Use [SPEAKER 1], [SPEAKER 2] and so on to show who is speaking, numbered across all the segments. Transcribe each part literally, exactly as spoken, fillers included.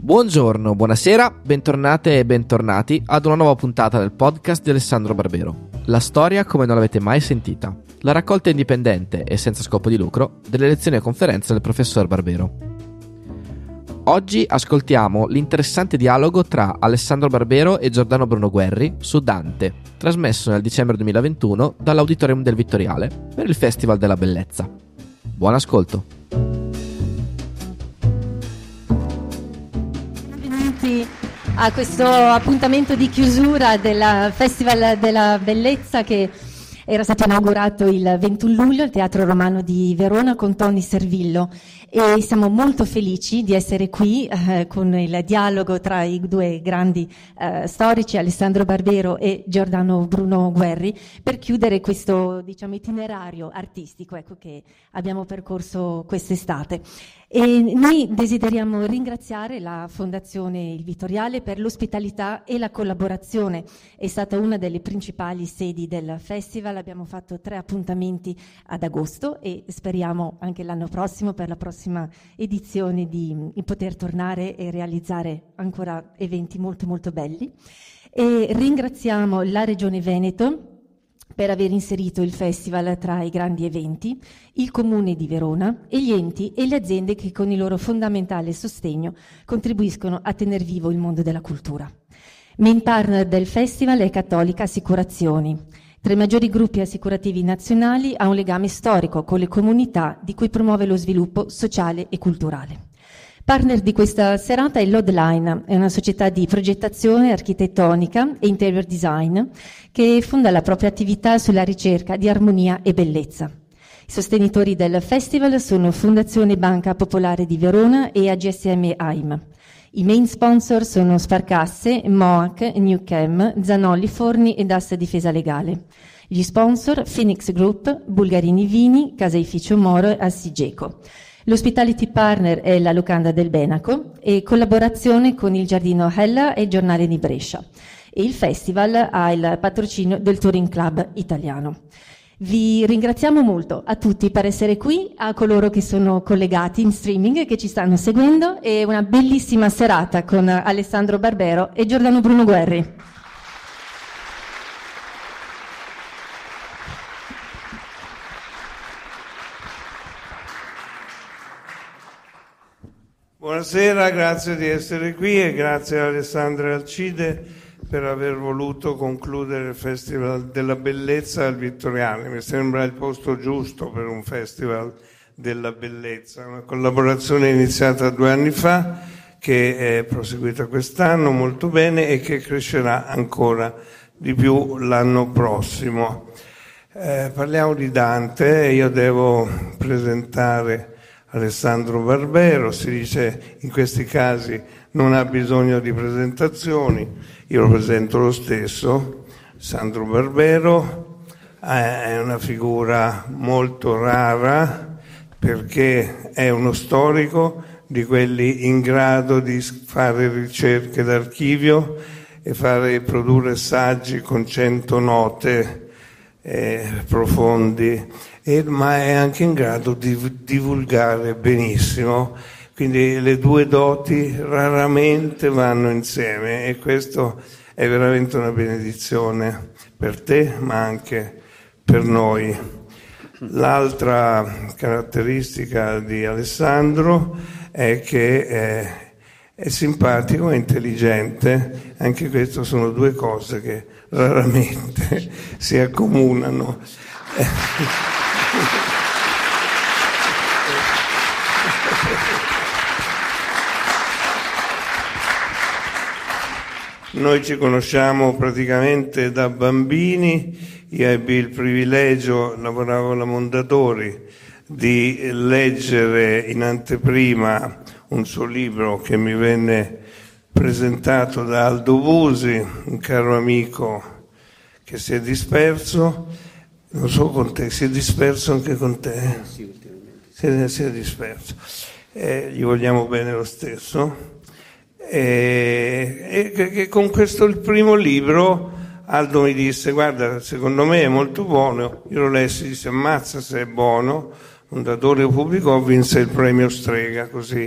[SPEAKER 1] Buongiorno, buonasera, bentornate e bentornati ad una nuova puntata del podcast di Alessandro Barbero. La storia come non l'avete mai sentita. La raccolta indipendente e senza scopo di lucro delle lezioni e conferenze del professor Barbero. Oggi ascoltiamo l'interessante dialogo tra Alessandro Barbero e Giordano Bruno Guerri su Dante, trasmesso nel dicembre duemilaventuno dall'Auditorium del Vittoriale per il Festival della Bellezza. Buon ascolto.
[SPEAKER 2] A questo appuntamento di chiusura del Festival della Bellezza che era stato inaugurato il ventuno luglio al Teatro Romano di Verona con Tony Servillo, e siamo molto felici di essere qui eh, con il dialogo tra i due grandi eh, storici, Alessandro Barbero e Giordano Bruno Guerri, per chiudere questo, diciamo, itinerario artistico, ecco, che abbiamo percorso quest'estate. E noi desideriamo ringraziare la Fondazione Il Vittoriale per l'ospitalità e la collaborazione. È stata una delle principali sedi del festival, abbiamo fatto tre appuntamenti ad agosto e speriamo anche l'anno prossimo, per la prossima edizione, di, di poter tornare e realizzare ancora eventi molto molto belli. E ringraziamo la Regione Veneto per aver inserito il festival tra i grandi eventi, il Comune di Verona e gli enti e le aziende che con il loro fondamentale sostegno contribuiscono a tener vivo il mondo della cultura. Main partner del festival è Cattolica Assicurazioni. Tra i maggiori gruppi assicurativi nazionali ha un legame storico con le comunità di cui promuove lo sviluppo sociale e culturale. Partner di questa serata è Lodline, è una società di progettazione architettonica e interior design che fonda la propria attività sulla ricerca di armonia e bellezza. I sostenitori del festival sono Fondazione Banca Popolare di Verona e A G S M A I M. I main sponsor sono Sparcasse, Moac, Newcam, Zanolli Forni ed Assa Difesa Legale. Gli sponsor Phoenix Group, Bulgarini Vini, Caseificio Moro e Assigeco. L'hospitality partner è la Locanda del Benaco e collaborazione con il Giardino Hella e il Giornale di Brescia. E il festival ha il patrocinio del Touring Club italiano. Vi ringraziamo molto a tutti per essere qui, a coloro che sono collegati in streaming e che ci stanno seguendo, e una bellissima serata con Alessandro Barbero e Giordano Bruno Guerri.
[SPEAKER 3] Buonasera, grazie di essere qui e grazie a Alessandra Alcide per aver voluto concludere il Festival della Bellezza al Vittoriale. Mi sembra il posto giusto per un Festival della Bellezza, una collaborazione iniziata due anni fa che è proseguita quest'anno molto bene e che crescerà ancora di più l'anno prossimo. Eh, parliamo di Dante, io devo presentare Alessandro Barbero, si dice in questi casi non ha bisogno di presentazioni, io lo presento lo stesso. Alessandro Barbero è una figura molto rara perché è uno storico di quelli in grado di fare ricerche d'archivio e fare produrre saggi con cento note eh, profondi. E, ma è anche in grado di divulgare benissimo, quindi le due doti raramente vanno insieme e questo è veramente una benedizione per te ma anche per noi. L'altra caratteristica di Alessandro è che è, è simpatico e intelligente, anche questo sono due cose che raramente si accomunano. Noi ci conosciamo praticamente da bambini, io ebbi il privilegio, lavoravo alla Mondadori, di leggere in anteprima un suo libro che mi venne presentato da Aldo Busi, un caro amico che si è disperso. Non so con te, si è disperso anche con te? Eh, sì, ultimamente. Si è, si è disperso. Eh, gli vogliamo bene lo stesso. E, e che con questo il primo libro Aldo mi disse: guarda, secondo me è molto buono. Io lo lessi, disse: ammazza se è buono. Un datore pubblicò, vinse il premio Strega, così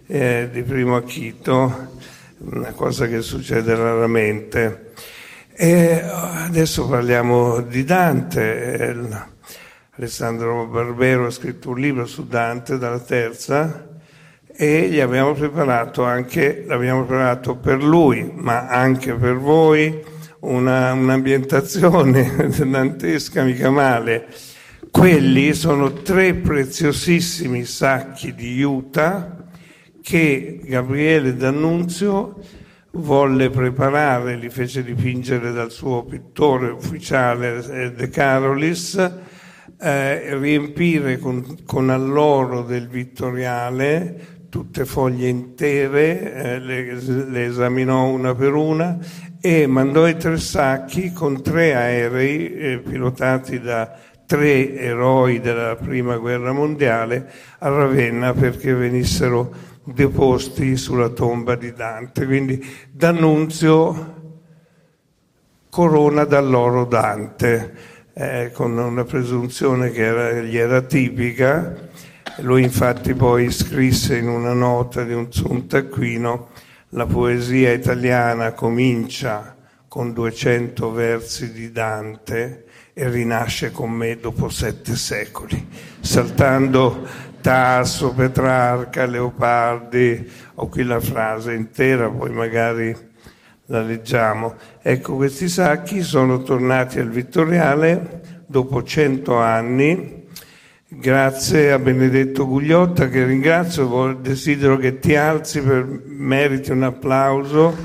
[SPEAKER 3] eh, di primo acchito, una cosa che succede raramente. E adesso parliamo di Dante. Alessandro Barbero ha scritto un libro su Dante dalla Terza e gli abbiamo preparato anche, l'abbiamo preparato per lui, ma anche per voi, una, un'ambientazione dantesca mica male. Quelli sono tre preziosissimi sacchi di juta che Gabriele D'Annunzio volle preparare, li fece dipingere dal suo pittore ufficiale De Carolis, eh, riempire con, con alloro del Vittoriale, tutte foglie intere, eh, le, le esaminò una per una e mandò i tre sacchi con tre aerei eh, pilotati da tre eroi della prima guerra mondiale a Ravenna perché venissero deposti sulla tomba di Dante. Quindi D'Annunzio corona d'alloro Dante, eh, con una presunzione che era, gli era tipica. Lui infatti poi scrisse in una nota di un Zuntacquino: la poesia italiana comincia con duecento versi di Dante e rinasce con me dopo sette secoli, saltando Tasso, Petrarca, Leopardi. Ho qui la frase intera, poi magari la leggiamo. Ecco, questi sacchi sono tornati al Vittoriale dopo cento anni, grazie a Benedetto Gugliotta, che ringrazio. Desidero che ti alzi, per meriti un applauso.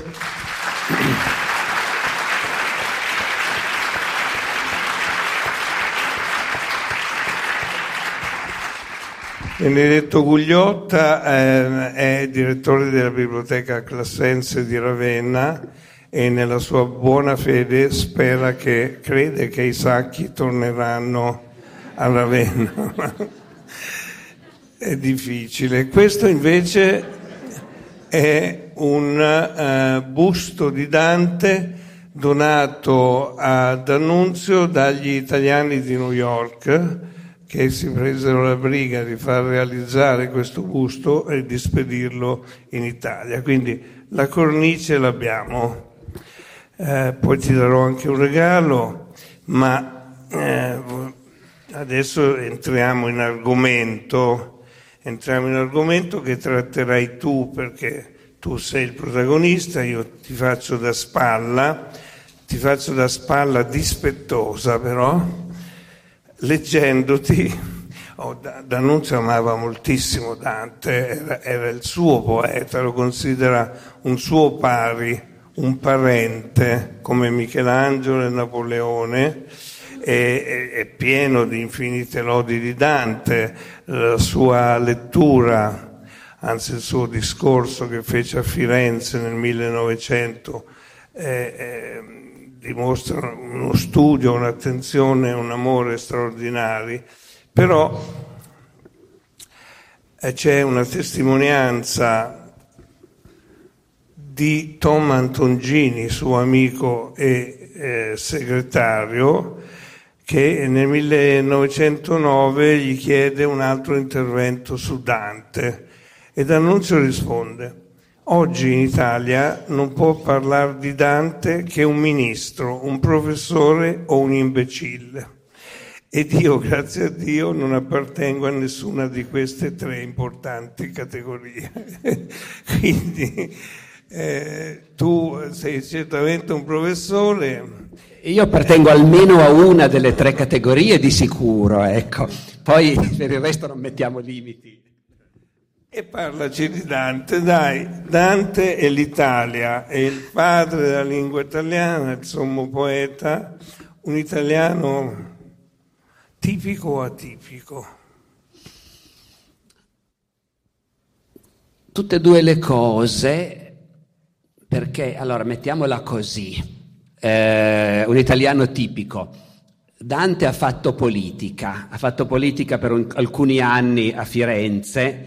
[SPEAKER 3] Benedetto Gugliotta eh, è direttore della Biblioteca Classense di Ravenna e nella sua buona fede spera che, crede che i sacchi torneranno a Ravenna. È difficile. Questo invece è un uh, busto di Dante donato a D'Annunzio dagli italiani di New York, che si presero la briga di far realizzare questo busto e di spedirlo in Italia. Quindi la cornice l'abbiamo. Eh, poi ti darò anche un regalo, ma eh, adesso entriamo in argomento, entriamo in argomento che tratterai tu, perché tu sei il protagonista, io ti faccio da spalla, ti faccio da spalla dispettosa però, leggendoti. Oh, D'Annunzio amava moltissimo Dante, era, era il suo poeta, lo considera un suo pari, un parente, come Michelangelo e Napoleone. È, è pieno di infinite lodi di Dante. La sua lettura, anzi il suo discorso che fece a Firenze nel millenovecento, eh, eh, dimostrano uno studio, un'attenzione, un amore straordinari. Però eh, c'è una testimonianza di Tom Antongini, suo amico e eh, segretario, che nel millenovecentonove gli chiede un altro intervento su Dante e D'Annunzio risponde: oggi in Italia non può parlare di Dante che un ministro, un professore o un imbecille. Ed io, grazie a Dio, non appartengo a nessuna di queste tre importanti categorie. Quindi eh, tu sei certamente un professore.
[SPEAKER 4] Io appartengo almeno a una delle tre categorie di sicuro, ecco. Poi per il resto non mettiamo limiti.
[SPEAKER 3] E parlaci di Dante, dai. Dante è l'Italia, è il padre della lingua italiana, il sommo poeta, un italiano tipico o atipico?
[SPEAKER 4] Tutte e due le cose, perché, allora, mettiamola così, eh, un italiano tipico. Dante ha fatto politica, ha fatto politica per un, alcuni anni a Firenze,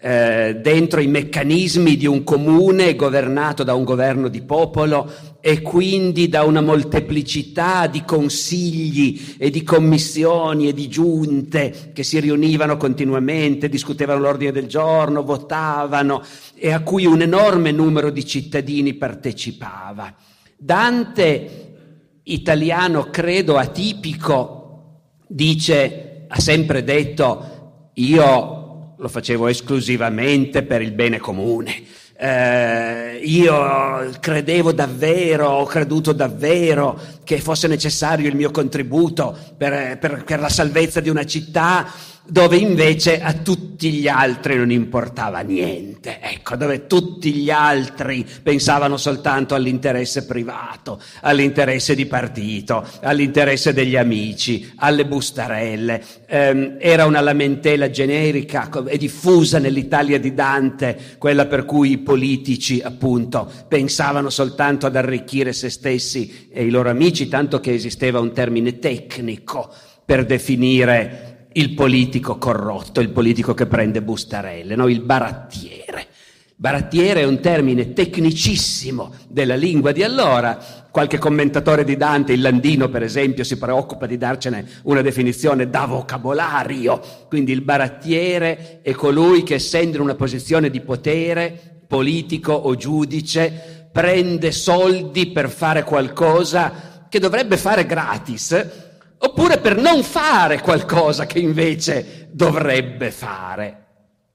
[SPEAKER 4] eh, dentro i meccanismi di un comune governato da un governo di popolo e quindi da una molteplicità di consigli e di commissioni e di giunte che si riunivano continuamente, discutevano l'ordine del giorno, votavano e a cui un enorme numero di cittadini partecipava. Dante, italiano credo atipico, dice, ha sempre detto: io lo facevo esclusivamente per il bene comune. Eh, io credevo davvero, ho creduto davvero che fosse necessario il mio contributo per, per, per la salvezza di una città dove invece a tutti gli altri non importava niente, ecco, dove tutti gli altri pensavano soltanto all'interesse privato, all'interesse di partito, all'interesse degli amici, alle bustarelle. Eh, era una lamentela generica e diffusa nell'Italia di Dante, quella per cui i politici appunto pensavano soltanto ad arricchire se stessi e i loro amici, tanto che esisteva un termine tecnico per definire il politico corrotto, il politico che prende bustarelle, no? Il barattiere. Barattiere è un termine tecnicissimo della lingua di allora. Qualche commentatore di Dante, il Landino per esempio, si preoccupa di darcene una definizione da vocabolario. Quindi il barattiere è colui che, essendo in una posizione di potere politico o giudice, prende soldi per fare qualcosa che dovrebbe fare gratis, oppure per non fare qualcosa che invece dovrebbe fare.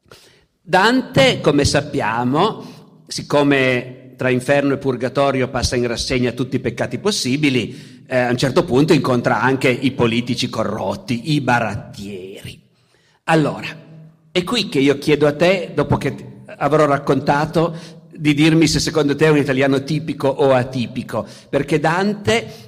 [SPEAKER 4] Dante, come sappiamo, siccome tra inferno e purgatorio passa in rassegna tutti i peccati possibili, eh, a un certo punto incontra anche i politici corrotti, i barattieri. Allora, è qui che io chiedo a te, dopo che avrò raccontato, di dirmi se secondo te è un italiano tipico o atipico, perché Dante,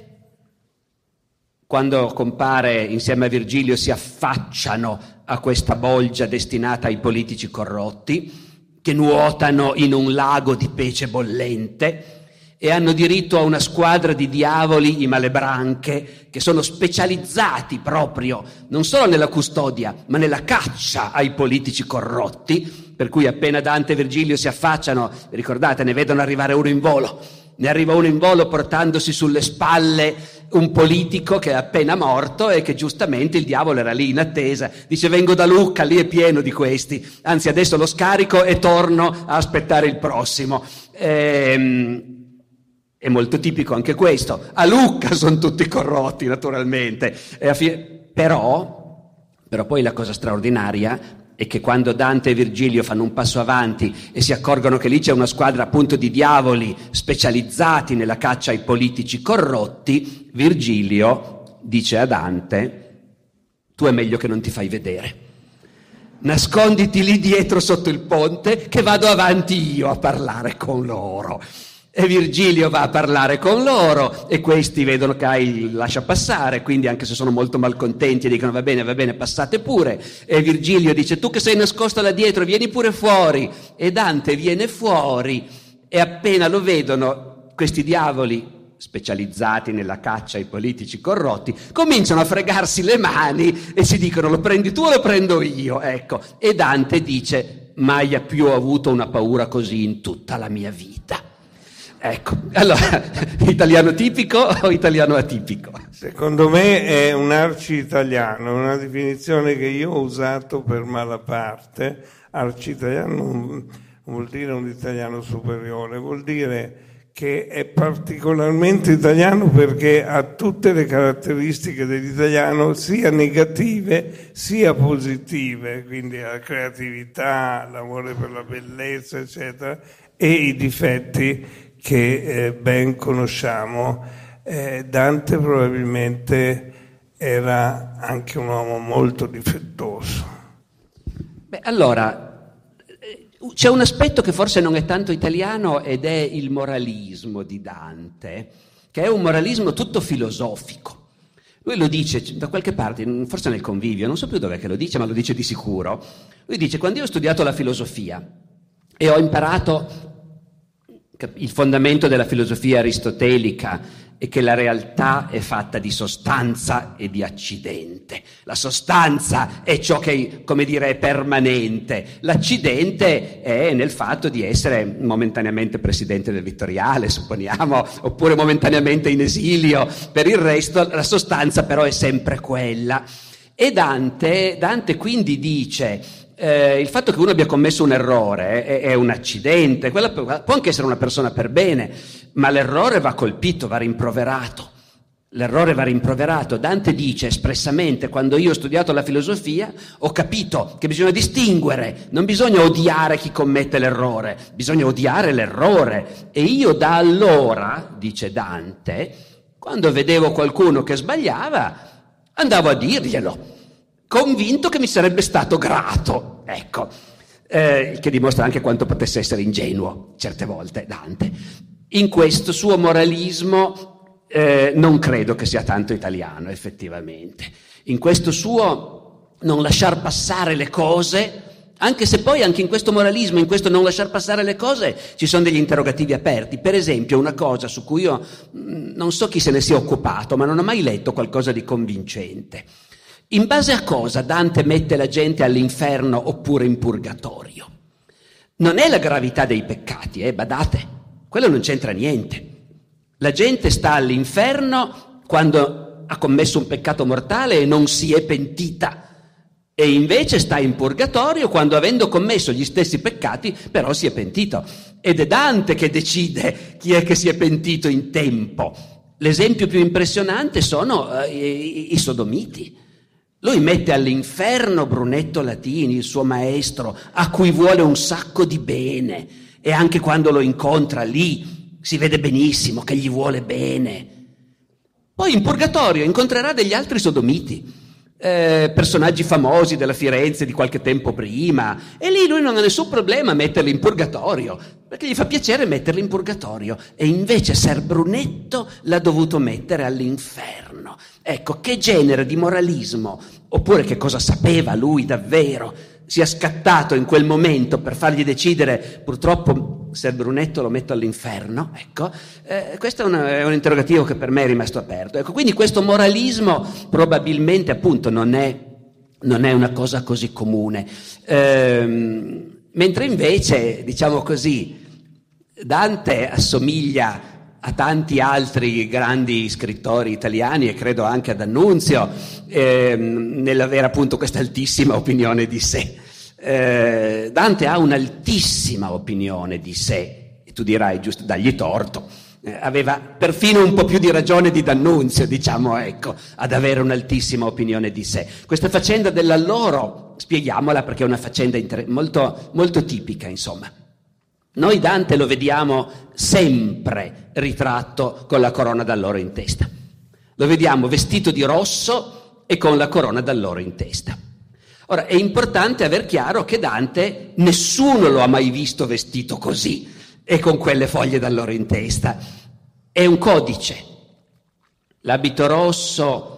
[SPEAKER 4] quando compare insieme a Virgilio, si affacciano a questa bolgia destinata ai politici corrotti che nuotano in un lago di pece bollente e hanno diritto a una squadra di diavoli, i malebranche, che sono specializzati proprio non solo nella custodia ma nella caccia ai politici corrotti, per cui appena Dante e Virgilio si affacciano, ricordate, ne vedono arrivare uno in volo. Ne arriva uno in volo portandosi sulle spalle un politico che è appena morto e che giustamente il diavolo era lì in attesa. Dice: vengo da Lucca, lì è pieno di questi, anzi adesso lo scarico e torno a aspettare il prossimo. Ehm, è molto tipico anche questo. A Lucca sono tutti corrotti naturalmente. E a fi- però, però poi la cosa straordinaria e che quando Dante e Virgilio fanno un passo avanti e si accorgono che lì c'è una squadra appunto di diavoli specializzati nella caccia ai politici corrotti, Virgilio dice a Dante: tu è meglio che non ti fai vedere, nasconditi lì dietro sotto il ponte che vado avanti io a parlare con loro. E Virgilio va a parlare con loro e questi vedono che hai lascia passare, quindi anche se sono molto malcontenti dicono: va bene, va bene, passate pure. E Virgilio dice: tu che sei nascosto là dietro, vieni pure fuori. E Dante viene fuori e appena lo vedono questi diavoli specializzati nella caccia ai politici corrotti cominciano a fregarsi le mani e si dicono: lo prendi tu o lo prendo io? Ecco. E Dante dice: mai ha più avuto una paura così in tutta la mia vita. Ecco, allora, italiano tipico o italiano atipico?
[SPEAKER 3] Secondo me è un arci-italiano, una definizione che io ho usato per malaparte. Arci-italiano non vuol dire un italiano superiore, vuol dire che è particolarmente italiano perché ha tutte le caratteristiche dell'italiano, sia negative sia positive, quindi la creatività, l'amore per la bellezza, eccetera, e i difetti che eh, ben conosciamo. Eh, Dante probabilmente era anche un uomo molto difettoso.
[SPEAKER 4] Beh, allora, c'è un aspetto che forse non è tanto italiano ed è il moralismo di Dante, che è un moralismo tutto filosofico. Lui lo dice da qualche parte, forse nel Convivio, non so più dov'è che lo dice, ma lo dice di sicuro. Lui dice: quando io ho studiato la filosofia e ho imparato il fondamento della filosofia aristotelica è che la realtà è fatta di sostanza e di accidente. La sostanza è ciò che, come dire, è permanente. L'accidente è nel fatto di essere momentaneamente presidente del Vittoriale, supponiamo, oppure momentaneamente in esilio. Per il resto la sostanza però è sempre quella. E Dante, Dante quindi dice... Eh, il fatto che uno abbia commesso un errore è, è un accidente, quella può anche essere una persona per bene, ma l'errore va colpito, va rimproverato. L'errore va rimproverato. Dante dice espressamente: quando io ho studiato la filosofia ho capito che bisogna distinguere, non bisogna odiare chi commette l'errore, bisogna odiare l'errore. E io da allora, dice Dante, quando vedevo qualcuno che sbagliava, andavo a dirglielo, convinto che mi sarebbe stato grato, ecco, eh, che dimostra anche quanto potesse essere ingenuo certe volte Dante. In questo suo moralismo eh, non credo che sia tanto italiano, effettivamente. In questo suo non lasciar passare le cose, anche se poi anche in questo moralismo, in questo non lasciar passare le cose, ci sono degli interrogativi aperti. Per esempio, una cosa su cui io mh, non so chi se ne sia occupato, ma non ho mai letto qualcosa di convincente. In base a cosa Dante mette la gente all'inferno oppure in purgatorio? Non è la gravità dei peccati, eh, badate, quello non c'entra niente. La gente sta all'inferno quando ha commesso un peccato mortale e non si è pentita, e invece sta in purgatorio quando, avendo commesso gli stessi peccati, però si è pentito. Ed è Dante che decide chi è che si è pentito in tempo. L'esempio più impressionante sono eh, i, i sodomiti. Lui mette all'inferno Brunetto Latini, il suo maestro, a cui vuole un sacco di bene, e anche quando lo incontra lì si vede benissimo che gli vuole bene. Poi in purgatorio incontrerà degli altri sodomiti, eh, personaggi famosi della Firenze di qualche tempo prima, e lì lui non ha nessun problema a metterli in purgatorio, perché gli fa piacere metterli in purgatorio, e invece Ser Brunetto l'ha dovuto mettere all'inferno. Ecco, che genere di moralismo, oppure che cosa sapeva lui davvero, sia scattato in quel momento per fargli decidere: purtroppo Ser Brunetto lo metto all'inferno. Ecco, eh, questo è un, è un interrogativo che per me è rimasto aperto. Ecco, quindi questo moralismo probabilmente appunto non è, non è una cosa così comune. Ehm, mentre invece, diciamo così, Dante assomiglia a tanti altri grandi scrittori italiani, e credo anche ad D'Annunzio, ehm, nell'avere appunto questa altissima opinione di sé. Eh, Dante ha un'altissima opinione di sé, e tu dirai, giusto, dagli torto, eh, aveva perfino un po' più di ragione di D'Annunzio, diciamo, ecco, ad avere un'altissima opinione di sé. Questa faccenda della loro, spieghiamola, perché è una faccenda inter- molto, molto tipica, insomma. Noi Dante lo vediamo sempre ritratto con la corona d'alloro in testa. Lo vediamo vestito di rosso e con la corona d'alloro in testa. Ora, è importante aver chiaro che Dante nessuno lo ha mai visto vestito così e con quelle foglie d'alloro in testa. È un codice. L'abito rosso...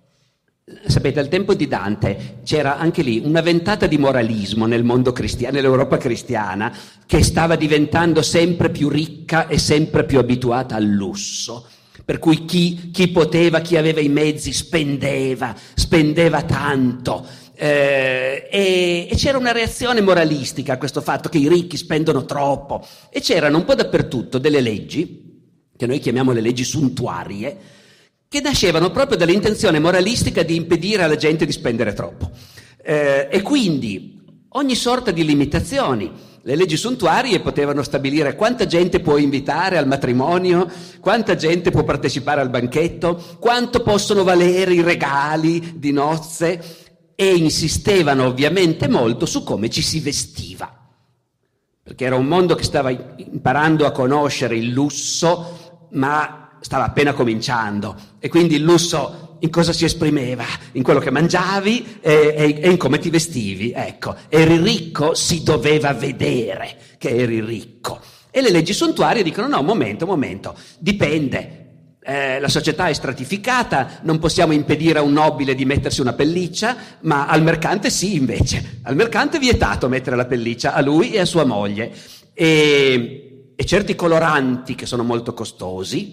[SPEAKER 4] Sapete, al tempo di Dante c'era anche lì una ventata di moralismo nel mondo cristiano, nell'Europa cristiana, che stava diventando sempre più ricca e sempre più abituata al lusso. Per cui chi, chi poteva, chi aveva i mezzi, spendeva, spendeva tanto. Eh, e, e c'era una reazione moralistica a questo fatto che i ricchi spendono troppo. E c'erano un po' dappertutto delle leggi, che noi chiamiamo le leggi suntuarie, che nascevano proprio dall'intenzione moralistica di impedire alla gente di spendere troppo. Eh, e quindi ogni sorta di limitazioni. Le leggi suntuarie potevano stabilire quanta gente può invitare al matrimonio, quanta gente può partecipare al banchetto, quanto possono valere i regali di nozze, e insistevano ovviamente molto su come ci si vestiva. Perché era un mondo che stava imparando a conoscere il lusso, ma stava appena cominciando, e quindi il lusso in cosa si esprimeva? In quello che mangiavi e, e, e in come ti vestivi. Ecco, eri ricco, si doveva vedere che eri ricco. E le leggi suntuarie dicono: no, momento, momento, dipende. Eh, la società è stratificata, non possiamo impedire a un nobile di mettersi una pelliccia, ma al mercante sì, invece. Al mercante è vietato mettere la pelliccia, a lui e a sua moglie. E, e certi coloranti che sono molto costosi,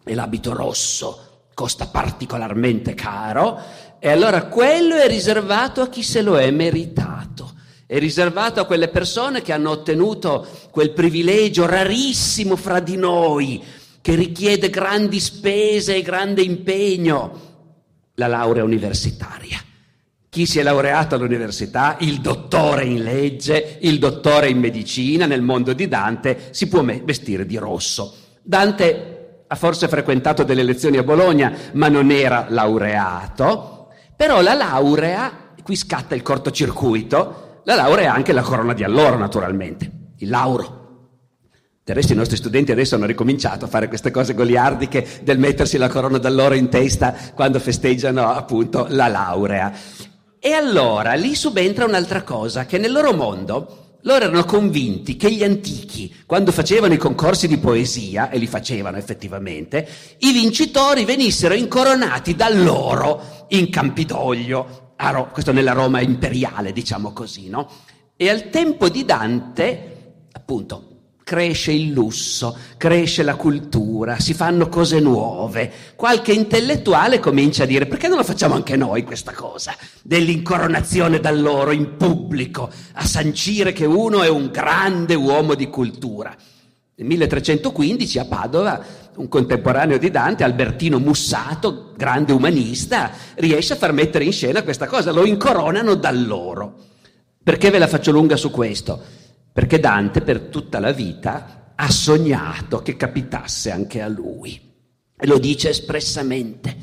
[SPEAKER 4] e l'abito rosso costa particolarmente caro, e allora quello è riservato a chi se lo è meritato, è riservato a quelle persone che hanno ottenuto quel privilegio rarissimo fra di noi, che richiede grandi spese e grande impegno, la laurea universitaria. Chi si è laureato all'università, il dottore in legge, il dottore in medicina, nel mondo di Dante, si può vestire di rosso. Dante ha forse frequentato delle lezioni a Bologna, ma non era laureato, però la laurea, qui scatta il cortocircuito, la laurea è anche la corona di alloro, naturalmente, il lauro. Del resto i nostri studenti adesso hanno ricominciato a fare queste cose goliardiche del mettersi la corona d'alloro in testa quando festeggiano appunto la laurea. E allora lì subentra un'altra cosa, che nel loro mondo loro erano convinti che gli antichi, quando facevano i concorsi di poesia, e li facevano effettivamente, i vincitori venissero incoronati da loro in Campidoglio, a Ro- questo nella Roma imperiale, diciamo così, no? E al tempo di Dante, appunto, cresce il lusso, cresce la cultura, si fanno cose nuove. Qualche intellettuale comincia a dire: perché non lo facciamo anche noi questa cosa dell'incoronazione da loro in pubblico, a sancire che uno è un grande uomo di cultura. Nel milletrecentoquindici a Padova un contemporaneo di Dante, Albertino Mussato, grande umanista, riesce a far mettere in scena questa cosa, lo incoronano da loro. Perché ve la faccio lunga su questo? Perché Dante per tutta la vita ha sognato che capitasse anche a lui. E lo dice espressamente: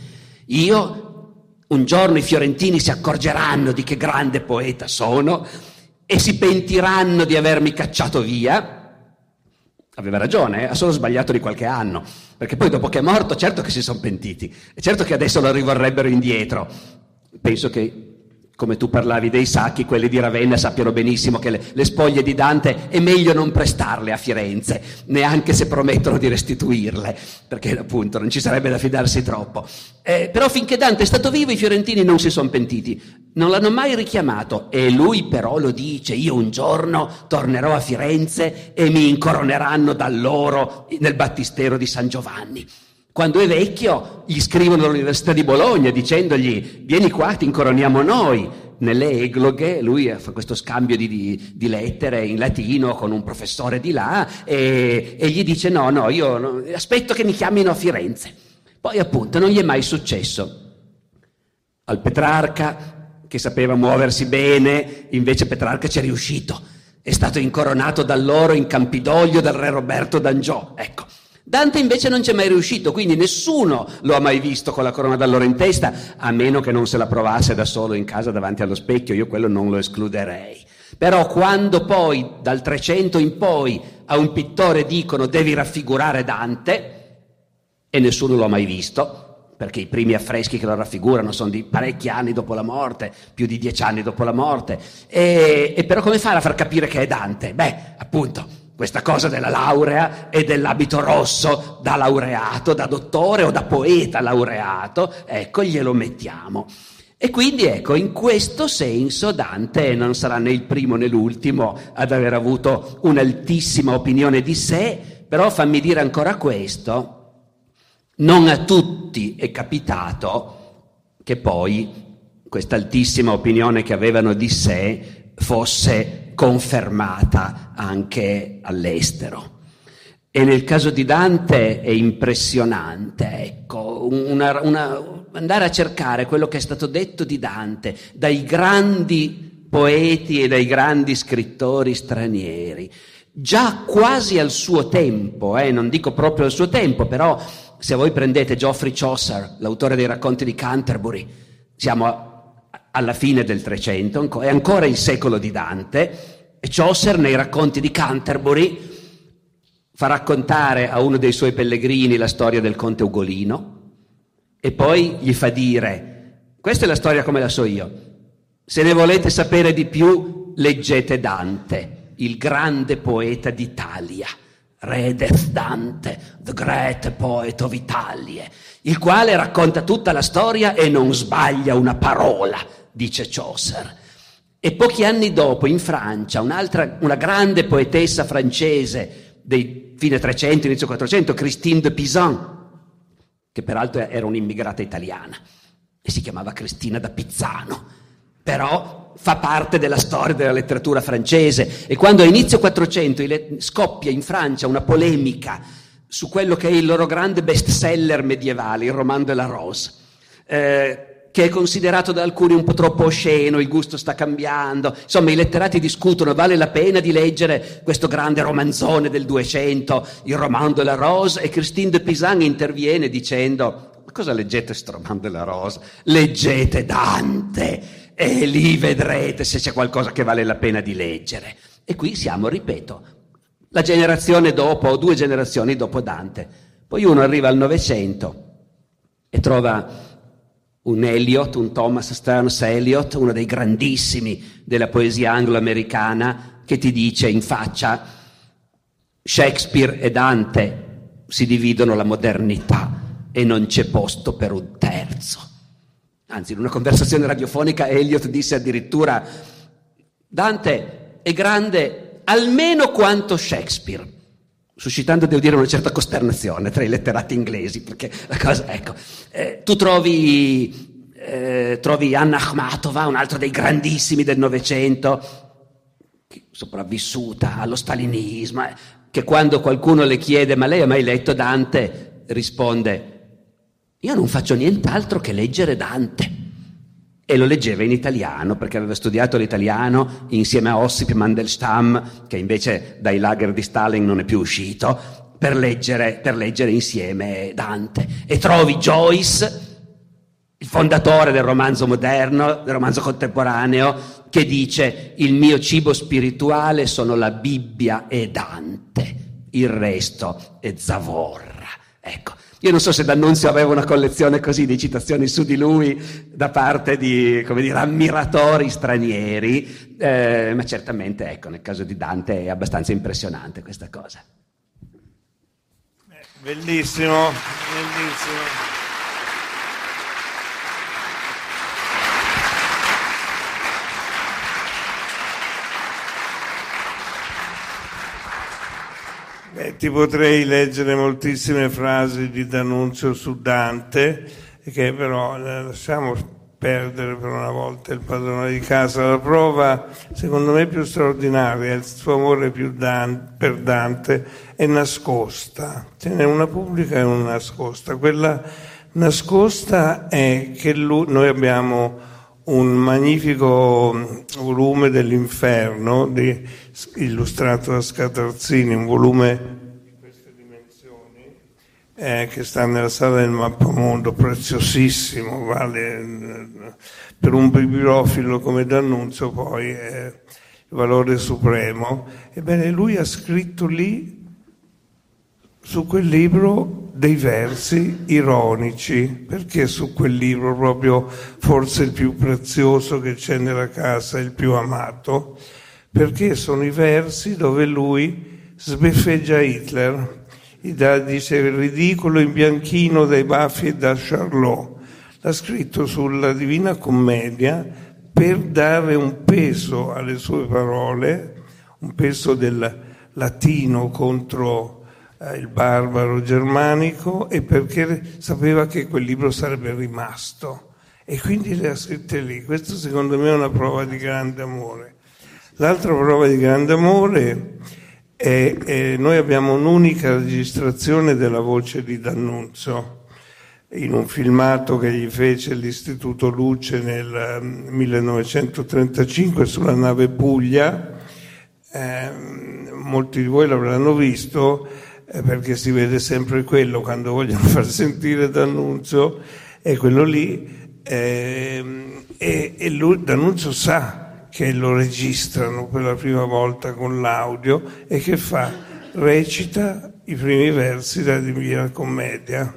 [SPEAKER 4] io, un giorno i fiorentini si accorgeranno di che grande poeta sono e si pentiranno di avermi cacciato via. Aveva ragione, eh? Ha solo sbagliato di qualche anno, perché poi dopo che è morto certo che si sono pentiti, e certo che adesso lo rivorrebbero indietro. Penso che, come tu parlavi dei sacchi, quelli di Ravenna sappiano benissimo che le, le spoglie di Dante è meglio non prestarle a Firenze, neanche se promettono di restituirle, perché appunto non ci sarebbe da fidarsi troppo. Eh, però finché Dante è stato vivo i fiorentini non si sono pentiti, non l'hanno mai richiamato, e lui però lo dice: io un giorno tornerò a Firenze e mi incoroneranno da loro nel battistero di San Giovanni. Quando è vecchio gli scrivono all'Università di Bologna dicendogli: vieni qua, ti incoroniamo noi. Nelle egloghe lui fa questo scambio di, di, di lettere in latino con un professore di là e, e gli dice: no, no, io no, aspetto che mi chiamino a Firenze. Poi appunto non gli è mai successo. Al Petrarca, che sapeva muoversi bene, invece Petrarca ci è riuscito. È stato incoronato da loro in Campidoglio dal re Roberto d'Angiò, ecco. Dante invece non c'è mai riuscito, quindi nessuno lo ha mai visto con la corona d'alloro in testa, a meno che non se la provasse da solo in casa davanti allo specchio, io quello non lo escluderei. Però quando poi, dal trecento in poi, a un pittore dicono: devi raffigurare Dante, e nessuno lo ha mai visto, perché i primi affreschi che lo raffigurano sono di parecchi anni dopo la morte, più di dieci anni dopo la morte, e, e però come fare a far capire che è Dante? Beh, appunto, questa cosa della laurea e dell'abito rosso da laureato, da dottore o da poeta laureato, ecco, glielo mettiamo. E quindi ecco, in questo senso Dante non sarà né il primo né l'ultimo ad aver avuto un'altissima opinione di sé, però fammi dire ancora questo: non a tutti è capitato che poi questa altissima opinione che avevano di sé fosse confermata anche all'estero. E nel caso di Dante è impressionante, ecco, una, una, andare a cercare quello che è stato detto di Dante dai grandi poeti e dai grandi scrittori stranieri, già quasi al suo tempo, eh, non dico proprio al suo tempo, però se voi prendete Geoffrey Chaucer, l'autore dei racconti di Canterbury, siamo a alla fine del Trecento, è ancora il secolo di Dante, e Chaucer nei racconti di Canterbury fa raccontare a uno dei suoi pellegrini la storia del conte Ugolino e poi gli fa dire: questa è la storia come la so io, se ne volete sapere di più leggete Dante, il grande poeta d'Italia, Redeth Dante, the great poet of Italia, il quale racconta tutta la storia e non sbaglia una parola, dice Chaucer. E pochi anni dopo in Francia un'altra, una grande poetessa francese dei fine Trecento, inizio Quattrocento, Christine de Pisan, che peraltro era un'immigrata italiana e si chiamava Cristina da Pizzano, però fa parte della storia della letteratura francese. E quando a inizio Quattrocento scoppia in Francia una polemica su quello che è il loro grande bestseller medievale, il Roman de la Rose, eh, che è considerato da alcuni un po' troppo osceno, il gusto sta cambiando, insomma i letterati discutono, vale la pena di leggere questo grande romanzone del Duecento, il Roman de la Rose, e Christine de Pisan interviene dicendo: ma cosa leggete sto Roman de la Rose? Leggete Dante e lì vedrete se c'è qualcosa che vale la pena di leggere. E qui siamo, ripeto, la generazione dopo o due generazioni dopo Dante. Poi uno arriva al Novecento e trova un Eliot, un Thomas Stearns Eliot, uno dei grandissimi della poesia anglo-americana, che ti dice in faccia: Shakespeare e Dante si dividono la modernità e non c'è posto per un terzo. Anzi, in una conversazione radiofonica Eliot disse addirittura: Dante è grande almeno quanto Shakespeare, suscitando, devo dire, una certa costernazione tra i letterati inglesi, perché la cosa, ecco, eh, tu trovi, eh, trovi Anna Akhmatova, un altro dei grandissimi del Novecento, sopravvissuta allo stalinismo, eh, che quando qualcuno le chiede: ma lei ha mai letto Dante? Risponde: io non faccio nient'altro che leggere Dante. E lo leggeva in italiano, perché aveva studiato l'italiano insieme a Ossip Mandelstam, che invece dai lager di Stalin non è più uscito, per leggere, per leggere insieme Dante. E trovi Joyce, il fondatore del romanzo moderno, del romanzo contemporaneo, che dice: il mio cibo spirituale sono la Bibbia e Dante, il resto è zavorra. Ecco. Io non so se D'Annunzio aveva una collezione così di citazioni su di lui da parte di, come dire, ammiratori stranieri, eh, ma certamente, ecco, nel caso di Dante è abbastanza impressionante questa cosa.
[SPEAKER 3] Bellissimo, bellissimo. Beh, ti potrei leggere moltissime frasi di D'Annunzio su Dante, che però lasciamo perdere per una volta il padrone di casa. La prova, secondo me, più straordinaria, il suo amore più Dan- per Dante, è nascosta. Ce n'è una pubblica e una nascosta. Quella nascosta è che lui, noi abbiamo un magnifico volume dell'Inferno di, illustrato da Scatarzini, un volume di queste dimensioni eh, che sta nella sala del Mappamondo, preziosissimo, vale per un bibliofilo come D'Annunzio poi è il valore supremo. Ebbene, lui ha scritto lì su quel libro dei versi ironici. Perché su quel libro, proprio forse il più prezioso che c'è nella casa, il più amato? Perché sono i versi dove lui sbeffeggia Hitler, gli dà, dice, il ridicolo in bianchino dai baffi e da Charlot. L'ha scritto sulla Divina Commedia per dare un peso alle sue parole, un peso del latino contro il barbaro germanico, e perché sapeva che quel libro sarebbe rimasto e quindi le ha scritte lì. Questo secondo me è una prova di grande amore. L'altra prova di grande amore è, è noi abbiamo un'unica registrazione della voce di D'Annunzio in un filmato che gli fece l'Istituto Luce nel millenovecentotrentacinque sulla nave Puglia. Eh, molti di voi l'avranno visto, perché si vede sempre quello quando vogliono far sentire D'Annunzio, è quello lì, eh, e, e lui, D'Annunzio, sa che lo registrano per la prima volta con l'audio, e che fa? Recita i primi versi della Divina Commedia.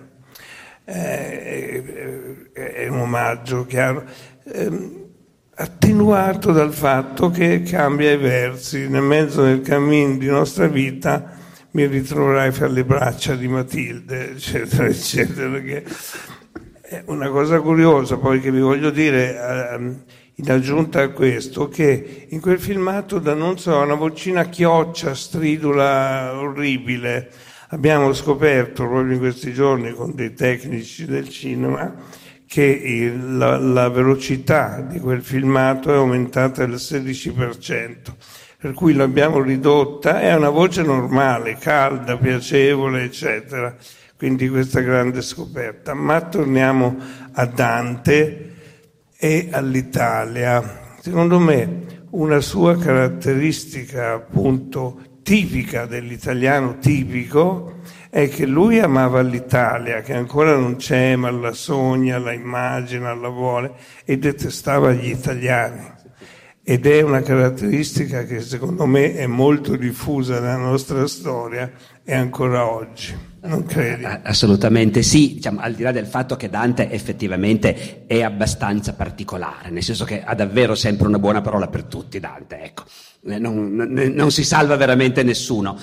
[SPEAKER 3] Eh, è un omaggio chiaro, eh, attenuato dal fatto che cambia i versi. Nel mezzo del cammin di nostra vita mi ritroverai fra le braccia di Matilde, eccetera, eccetera. Che è una cosa curiosa poi che vi voglio dire, in aggiunta a questo, che in quel filmato D'Annunzio ha una vocina chioccia, stridula, orribile. Abbiamo scoperto proprio in questi giorni con dei tecnici del cinema che il, la, la velocità di quel filmato è aumentata del sedici per cento, per cui l'abbiamo ridotta, è una voce normale, calda, piacevole, eccetera. Quindi questa grande scoperta. Ma torniamo a Dante e all'Italia. Secondo me una sua caratteristica appunto tipica dell'italiano tipico è che lui amava l'Italia, che ancora non c'è, ma la sogna, la immagina, la vuole, e detestava gli italiani. Ed è una caratteristica che secondo me è molto diffusa nella nostra storia e ancora oggi. Non credi?
[SPEAKER 4] Assolutamente sì, diciamo, al di là del fatto che Dante effettivamente è abbastanza particolare, nel senso che ha davvero sempre una buona parola per tutti Dante, ecco. Non, non, non si salva veramente nessuno,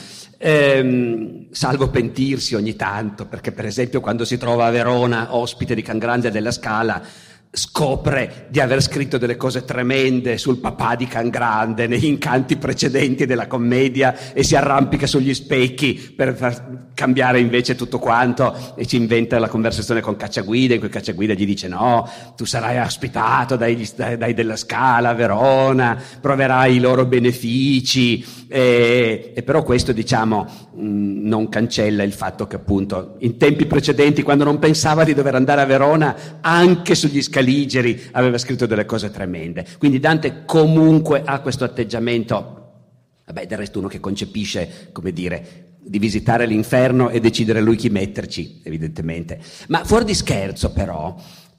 [SPEAKER 4] ehm, salvo pentirsi ogni tanto, perché per esempio quando si trova a Verona ospite di Cangrande della Scala scopre di aver scritto delle cose tremende sul papà di Cangrande negli incanti precedenti della commedia e si arrampica sugli specchi per far cambiare invece tutto quanto e ci inventa la conversazione con Cacciaguida, in cui Cacciaguida gli dice no, tu sarai ospitato dai, dai, dai della Scala a Verona, proverai i loro benefici e, e però questo diciamo mh, non cancella il fatto che appunto in tempi precedenti, quando non pensava di dover andare a Verona, anche sugli Scaligeri aveva scritto delle cose tremende. Quindi Dante comunque ha questo atteggiamento, vabbè, del resto uno che concepisce, come dire, di visitare l'inferno e decidere lui chi metterci, evidentemente. Ma fuori di scherzo però,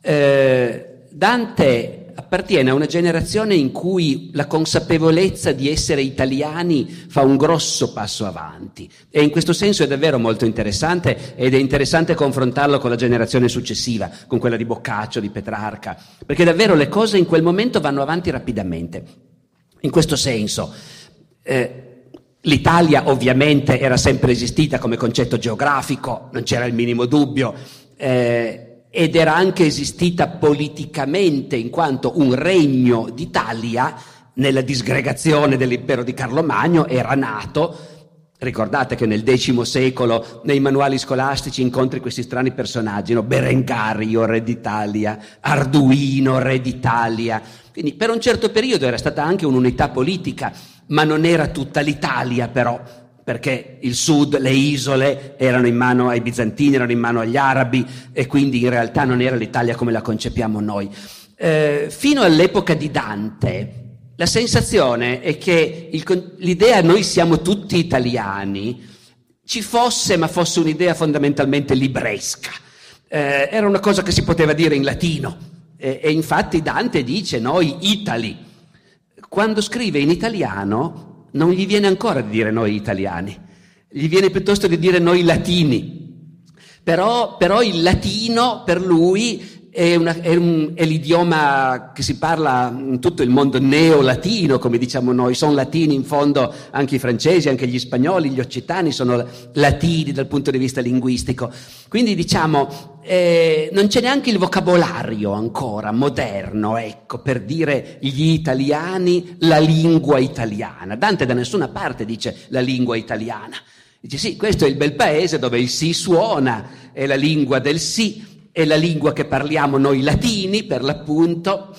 [SPEAKER 4] eh, Dante appartiene a una generazione in cui la consapevolezza di essere italiani fa un grosso passo avanti e in questo senso è davvero molto interessante ed è interessante confrontarlo con la generazione successiva, con quella di Boccaccio, di Petrarca, perché davvero le cose in quel momento vanno avanti rapidamente. In questo senso eh, l'Italia ovviamente era sempre esistita come concetto geografico, non c'era il minimo dubbio, eh, ed era anche esistita politicamente in quanto un regno d'Italia nella disgregazione dell'impero di Carlo Magno era nato. Ricordate che nel X secolo nei manuali scolastici incontri questi strani personaggi, no? Berengario, re d'Italia, Arduino, re d'Italia. Quindi per un certo periodo era stata anche un'unità politica, ma non era tutta l'Italia però, perché il sud, le isole erano in mano ai bizantini, erano in mano agli arabi e quindi in realtà non era l'Italia come la concepiamo noi. Eh, fino all'epoca di Dante la sensazione è che il, l'idea noi siamo tutti italiani ci fosse, ma fosse un'idea fondamentalmente libresca. Eh, era una cosa che si poteva dire in latino e, e infatti Dante dice noi Itali. Quando scrive in italiano non gli viene ancora di dire noi italiani, gli viene piuttosto di dire noi latini. Però, però il latino per lui è, una, è, un, è l'idioma che si parla in tutto il mondo neolatino, come diciamo noi. Sono latini in fondo anche i francesi, anche gli spagnoli, gli occitani sono latini dal punto di vista linguistico. Quindi diciamo eh, non c'è neanche il vocabolario ancora moderno, ecco, per dire gli italiani, la lingua italiana. Dante da nessuna parte dice la lingua italiana. Dice sì, questo è il bel paese dove il sì suona, è la lingua del sì, è la lingua che parliamo noi latini per l'appunto,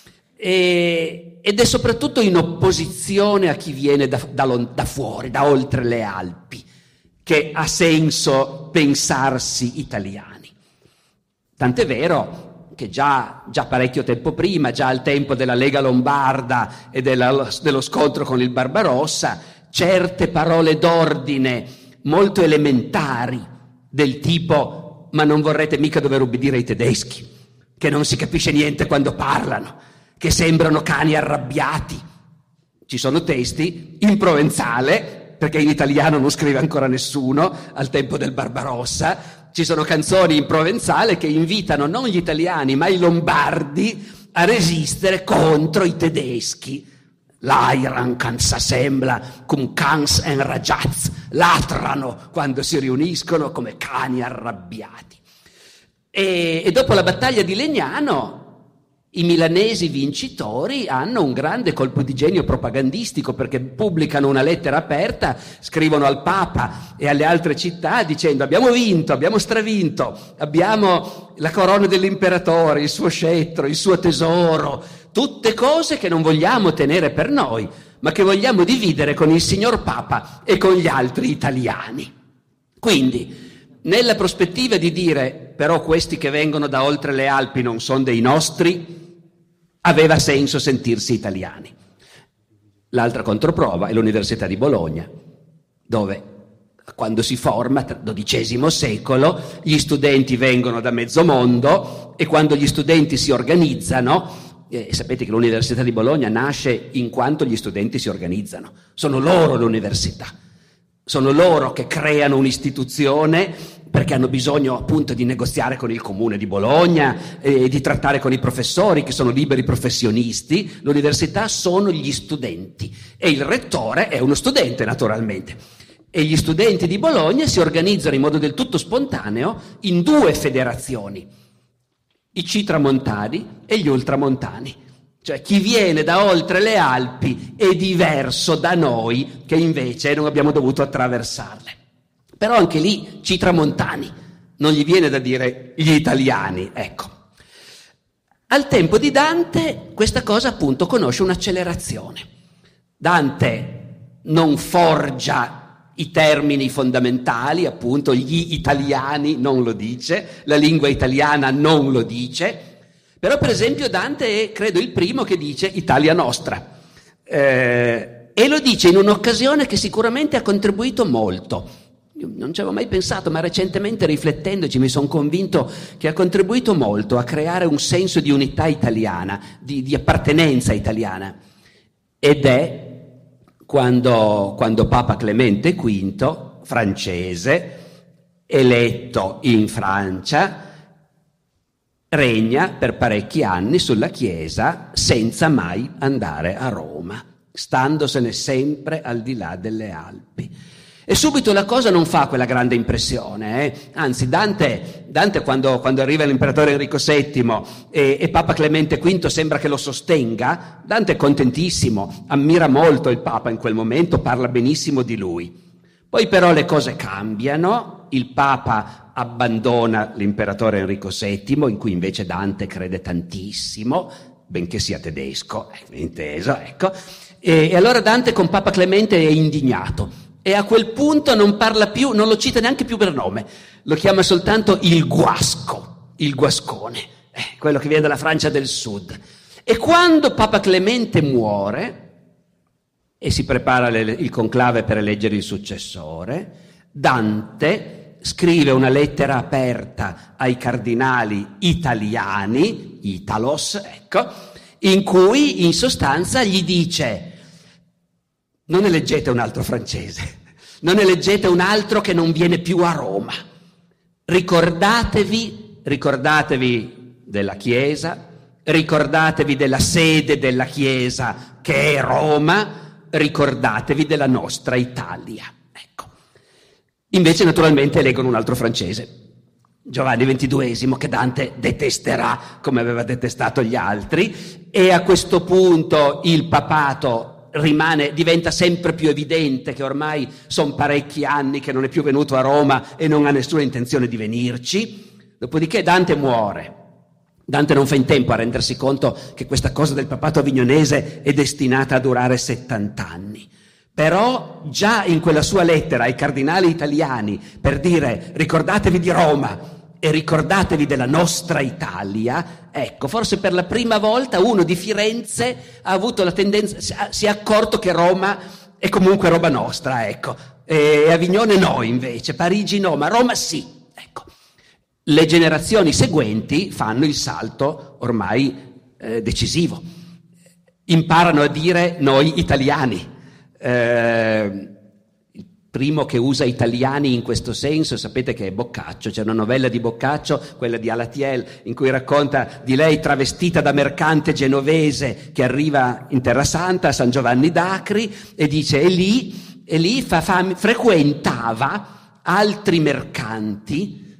[SPEAKER 4] e, ed è soprattutto in opposizione a chi viene da, da, da fuori, da oltre le Alpi, che ha senso pensarsi italiani. Tant'è vero che già, già parecchio tempo prima, già al tempo della Lega Lombarda e della, dello scontro con il Barbarossa, certe parole d'ordine molto elementari del tipo ma non vorrete mica dover ubbidire ai tedeschi, che non si capisce niente quando parlano, che sembrano cani arrabbiati. Ci sono testi in provenzale, perché in italiano non scrive ancora nessuno al tempo del Barbarossa, ci sono canzoni in provenzale che invitano non gli italiani ma i lombardi a resistere contro i tedeschi. L'Airan can s'assembla cum cans enraggiats, latrano quando si riuniscono come cani arrabbiati. E, e dopo la battaglia di Legnano I milanesi vincitori hanno un grande colpo di genio propagandistico, perché pubblicano una lettera aperta, scrivono al Papa e alle altre città dicendo: abbiamo vinto, abbiamo stravinto, abbiamo la corona dell'imperatore, il suo scettro, il suo tesoro, tutte cose che non vogliamo tenere per noi, ma che vogliamo dividere con il signor Papa e con gli altri italiani. Quindi, nella prospettiva di dire però questi che vengono da oltre le Alpi non sono dei nostri, aveva senso sentirsi italiani. L'altra controprova è l'Università di Bologna, dove quando si forma, dodicesimo secolo, gli studenti vengono da mezzo mondo e quando gli studenti si organizzano, eh, sapete che l'Università di Bologna nasce in quanto gli studenti si organizzano, sono loro l'università, sono loro che creano un'istituzione perché hanno bisogno appunto di negoziare con il comune di Bologna e di trattare con i professori che sono liberi professionisti. L'università sono gli studenti e il rettore è uno studente naturalmente. E gli studenti di Bologna si organizzano in modo del tutto spontaneo in due federazioni, i citramontani e gli ultramontani. Cioè chi viene da oltre le Alpi è diverso da noi che invece non abbiamo dovuto attraversarle. Però anche lì citramontani, non gli viene da dire gli italiani, ecco. Al tempo di Dante questa cosa appunto conosce un'accelerazione. Dante non forgia i termini fondamentali, appunto gli italiani non lo dice, la lingua italiana non lo dice, però per esempio Dante è credo il primo che dice Italia nostra, eh, e lo dice in un'occasione che sicuramente ha contribuito molto. Io non ci avevo mai pensato, ma recentemente riflettendoci mi sono convinto che ha contribuito molto a creare un senso di unità italiana, di, di appartenenza italiana. Ed è quando, quando Papa Clemente quinto, francese, eletto in Francia, regna per parecchi anni sulla Chiesa senza mai andare a Roma, standosene sempre al di là delle Alpi. E subito la cosa non fa quella grande impressione, eh? Anzi Dante, Dante quando, quando arriva l'imperatore Enrico settimo e, e Papa Clemente quinto sembra che lo sostenga, Dante è contentissimo, ammira molto il Papa in quel momento, parla benissimo di lui. Poi però le cose cambiano, il Papa abbandona l'imperatore Enrico settimo, in cui invece Dante crede tantissimo, benché sia tedesco, eh, inteso, ecco, e, e allora Dante con Papa Clemente è indignato. E a quel punto non parla più, non lo cita neanche più per nome, lo chiama soltanto il Guasco, il Guascone, eh, quello che viene dalla Francia del Sud. E quando Papa Clemente muore e si prepara le, il conclave per eleggere il successore, Dante scrive una lettera aperta ai cardinali italiani, Italos, ecco, in cui in sostanza gli dice: non eleggete un altro francese, non eleggete un altro che non viene più a Roma. Ricordatevi, ricordatevi della Chiesa, ricordatevi della sede della Chiesa che è Roma, ricordatevi della nostra Italia. Ecco. Invece naturalmente eleggono un altro francese, Giovanni ventiduesimo, che Dante detesterà come aveva detestato gli altri, e a questo punto il papato rimane, diventa sempre più evidente che ormai sono parecchi anni che non è più venuto a Roma e non ha nessuna intenzione di venirci. Dopodiché Dante muore. Dante non fa in tempo a rendersi conto che questa cosa del papato avignonese è destinata a durare settanta anni. Però già in quella sua lettera ai cardinali italiani per dire ricordatevi di Roma e ricordatevi della nostra Italia, ecco, forse per la prima volta uno di Firenze ha avuto la tendenza, si è accorto che Roma è comunque roba nostra, ecco, e Avignone no invece, Parigi no, ma Roma sì, ecco. Le generazioni seguenti fanno il salto ormai eh, decisivo, imparano a dire noi italiani. Eh, primo che usa italiani in questo senso, sapete che è Boccaccio. C'è una novella di Boccaccio, quella di Alatiel, in cui racconta di lei travestita da mercante genovese che arriva in Terra Santa, a San Giovanni d'Acri, e dice, e lì, e lì fa, fa, frequentava altri mercanti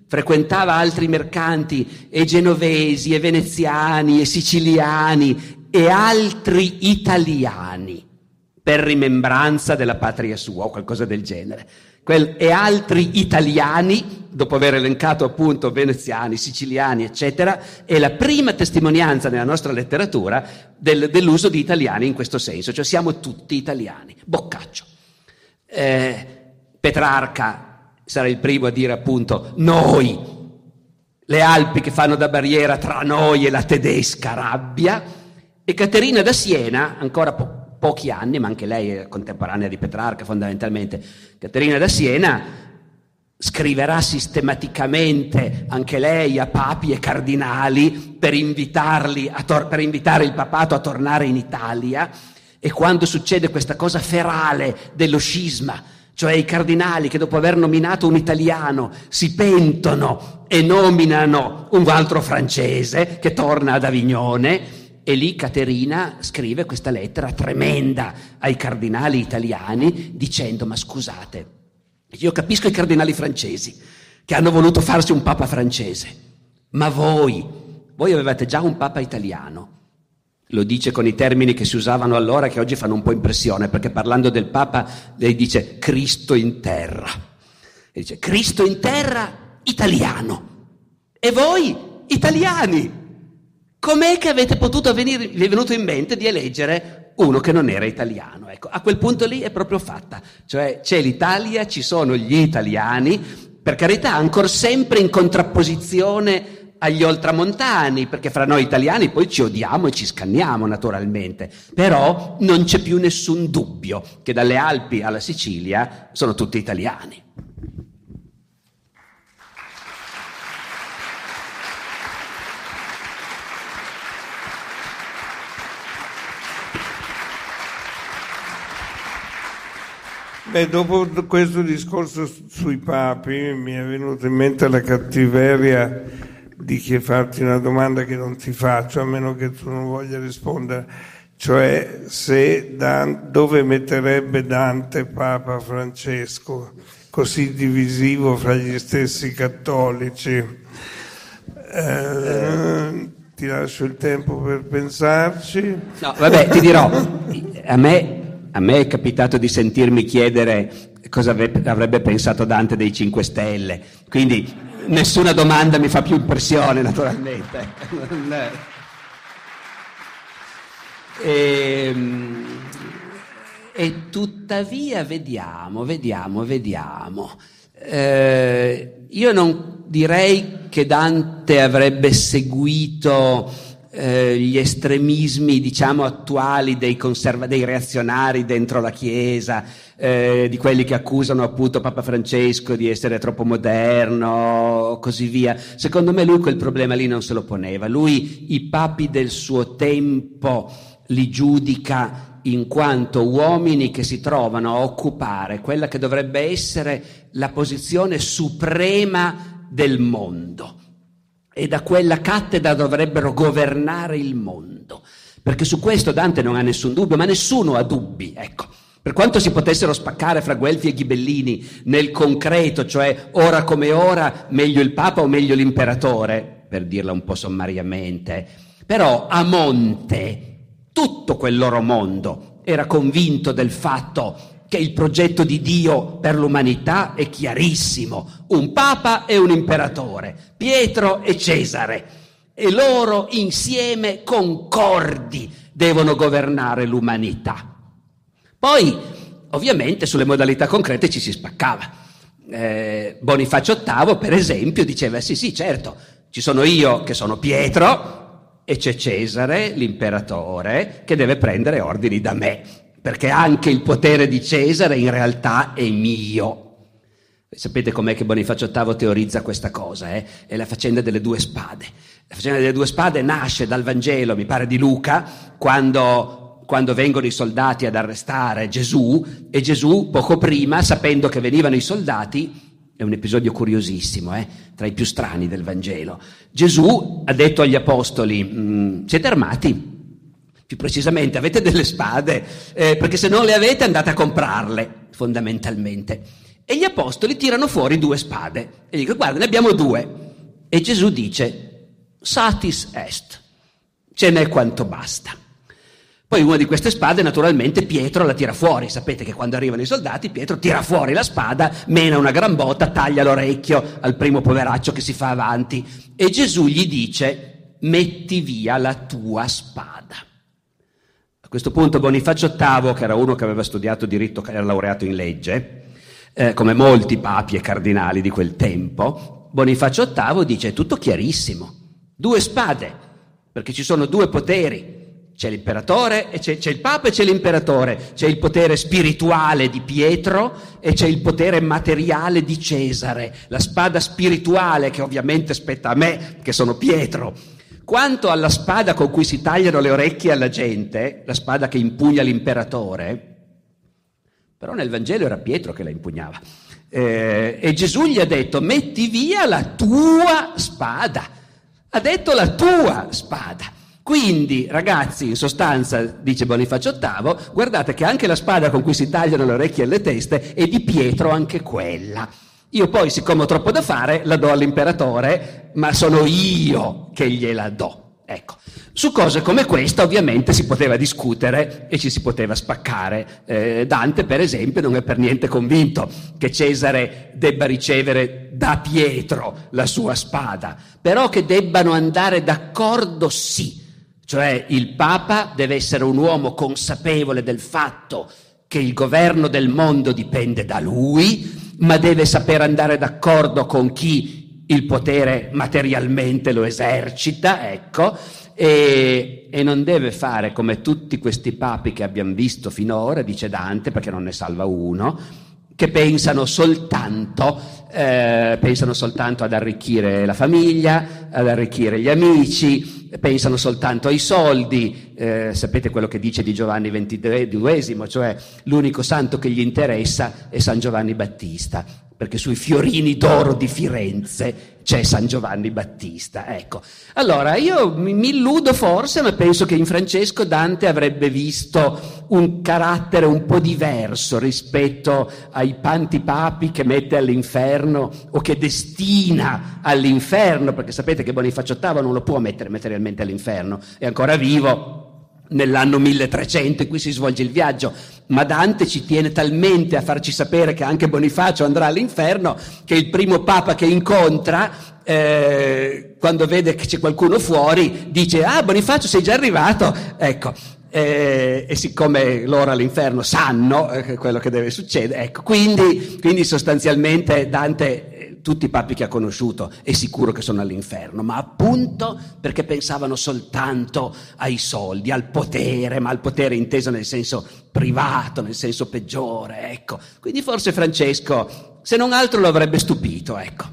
[SPEAKER 4] frequentava altri mercanti, e genovesi, e veneziani, e siciliani, e altri italiani, per rimembranza della patria sua, o qualcosa del genere. Quel, e altri italiani, dopo aver elencato appunto veneziani, siciliani, eccetera, è la prima testimonianza nella nostra letteratura del, dell'uso di italiani in questo senso, cioè siamo tutti italiani. Boccaccio. Eh, Petrarca sarà il primo a dire appunto noi, le Alpi che fanno da barriera tra noi e la tedesca rabbia, e Caterina da Siena, ancora po- pochi anni, ma anche lei è contemporanea di Petrarca fondamentalmente. Caterina da Siena scriverà sistematicamente anche lei a papi e cardinali per invitarli a tor- per invitare il papato a tornare in Italia, e quando succede questa cosa ferale dello scisma, cioè i cardinali che dopo aver nominato un italiano si pentono e nominano un altro francese che torna ad Avignone, e lì Caterina scrive questa lettera tremenda ai cardinali italiani dicendo: ma scusate, io capisco i cardinali francesi che hanno voluto farsi un papa francese, ma voi, voi avevate già un papa italiano. Lo dice con i termini che si usavano allora, che oggi fanno un po' impressione, perché parlando del papa lei dice Cristo in terra. E dice Cristo in terra italiano, e voi italiani. Com'è che avete potuto venire, vi è venuto in mente di eleggere uno che non era italiano? Ecco, a quel punto lì è proprio fatta. Cioè c'è l'Italia, ci sono gli italiani, per carità, ancora sempre in contrapposizione agli oltramontani, perché fra noi italiani poi ci odiamo e ci scanniamo naturalmente, però non c'è più nessun dubbio che dalle Alpi alla Sicilia sono tutti italiani.
[SPEAKER 3] Beh, dopo questo discorso sui papi mi è venuta in mente la cattiveria di chi farti una domanda che non ti faccio, a meno che tu non voglia rispondere, cioè se Dan, dove metterebbe Dante Papa Francesco, così divisivo fra gli stessi cattolici. Eh, ti lascio il tempo per pensarci.
[SPEAKER 4] No, vabbè, ti dirò, a me... A me è capitato di sentirmi chiedere cosa avrebbe pensato Dante dei Cinque Stelle, quindi nessuna domanda mi fa più impressione, naturalmente. E, e tuttavia vediamo, vediamo, vediamo. Eh, io non direi che Dante avrebbe seguito Eh, gli estremismi, diciamo, attuali dei conserva- dei reazionari dentro la Chiesa, eh, di quelli che accusano appunto Papa Francesco di essere troppo moderno, così via. Secondo me lui quel problema lì non se lo poneva. Lui i papi del suo tempo li giudica in quanto uomini che si trovano a occupare quella che dovrebbe essere la posizione suprema del mondo. E da quella cattedra dovrebbero governare il mondo, perché su questo Dante non ha nessun dubbio, ma nessuno ha dubbi, ecco. Per quanto si potessero spaccare fra Guelfi e Ghibellini nel concreto, cioè ora come ora meglio il Papa o meglio l'imperatore, per dirla un po' sommariamente, però a monte tutto quel loro mondo era convinto del fatto che il progetto di Dio per l'umanità è chiarissimo: un papa e un imperatore, Pietro e Cesare, e loro insieme concordi devono governare l'umanità. Poi ovviamente sulle modalità concrete ci si spaccava. eh, Bonifacio ottavo per esempio diceva sì sì certo, ci sono io che sono Pietro e c'è Cesare l'imperatore che deve prendere ordini da me, perché anche il potere di Cesare in realtà è mio. Sapete com'è che Bonifacio ottavo teorizza questa cosa? Eh? È la faccenda delle due spade. La faccenda delle due spade nasce dal Vangelo, mi pare di Luca, quando, quando vengono i soldati ad arrestare Gesù, e Gesù poco prima, sapendo che venivano i soldati, è un episodio curiosissimo, eh? Tra i più strani del Vangelo, Gesù ha detto agli apostoli: siete armati? Più precisamente, avete delle spade? Eh, perché se non le avete andate a comprarle, fondamentalmente. E gli apostoli tirano fuori due spade e dicono: guarda, ne abbiamo due. E Gesù dice: satis est, ce n'è quanto basta. Poi una di queste spade, naturalmente, Pietro la tira fuori. Sapete che quando arrivano i soldati, Pietro tira fuori la spada, mena una gran botta, taglia l'orecchio al primo poveraccio che si fa avanti. E Gesù gli dice: metti via la tua spada. A questo punto Bonifacio ottavo, che era uno che aveva studiato diritto, che era laureato in legge, eh, come molti papi e cardinali di quel tempo, Bonifacio ottavo dice: è tutto chiarissimo, due spade, perché ci sono due poteri. C'è l'imperatore, e c'è, c'è il Papa e c'è l'imperatore, c'è il potere spirituale di Pietro e c'è il potere materiale di Cesare, la spada spirituale che ovviamente spetta a me, che sono Pietro. Quanto alla spada con cui si tagliano le orecchie alla gente, la spada che impugna l'imperatore, però nel Vangelo era Pietro che la impugnava, eh, e Gesù gli ha detto: metti via la tua spada, ha detto la tua spada. Quindi, ragazzi, in sostanza, dice Bonifacio ottavo, guardate che anche la spada con cui si tagliano le orecchie e le teste è di Pietro, anche quella. Io poi, siccome ho troppo da fare, la do all'imperatore, ma sono io che gliela do. Ecco, su cose come questa ovviamente si poteva discutere e ci si poteva spaccare. Eh, Dante, per esempio, non è per niente convinto che Cesare debba ricevere da Pietro la sua spada, però che debbano andare d'accordo sì. Cioè il Papa deve essere un uomo consapevole del fatto che il governo del mondo dipende da lui, ma deve saper andare d'accordo con chi il potere materialmente lo esercita, ecco, e, e non deve fare come tutti questi papi che abbiamo visto finora, dice Dante, perché non ne salva uno, che pensano soltanto, eh, pensano soltanto ad arricchire la famiglia, ad arricchire gli amici, pensano soltanto ai soldi. Eh, sapete quello che dice di Giovanni ventiduesimo, cioè l'unico santo che gli interessa è San Giovanni Battista, perché sui fiorini d'oro di Firenze c'è San Giovanni Battista. Ecco, allora io mi, mi illudo forse, ma penso che in Francesco Dante avrebbe visto un carattere un po' diverso rispetto ai tanti papi che mette all'inferno o che destina all'inferno, perché sapete che Bonifacio ottavo non lo può mettere materialmente all'inferno, è ancora vivo nell'anno milletrecento in cui si svolge il viaggio, ma Dante ci tiene talmente a farci sapere che anche Bonifacio andrà all'inferno che il primo papa che incontra, eh, quando vede che c'è qualcuno fuori, dice: ah, Bonifacio, sei già arrivato? Ecco, eh, e siccome loro all'inferno sanno eh, quello che deve succedere, ecco, quindi, quindi sostanzialmente Dante, tutti i papi che ha conosciuto, è sicuro che sono all'inferno, ma appunto perché pensavano soltanto ai soldi, al potere, ma al potere inteso nel senso privato, nel senso peggiore, ecco. Quindi forse Francesco, se non altro, lo avrebbe stupito, ecco.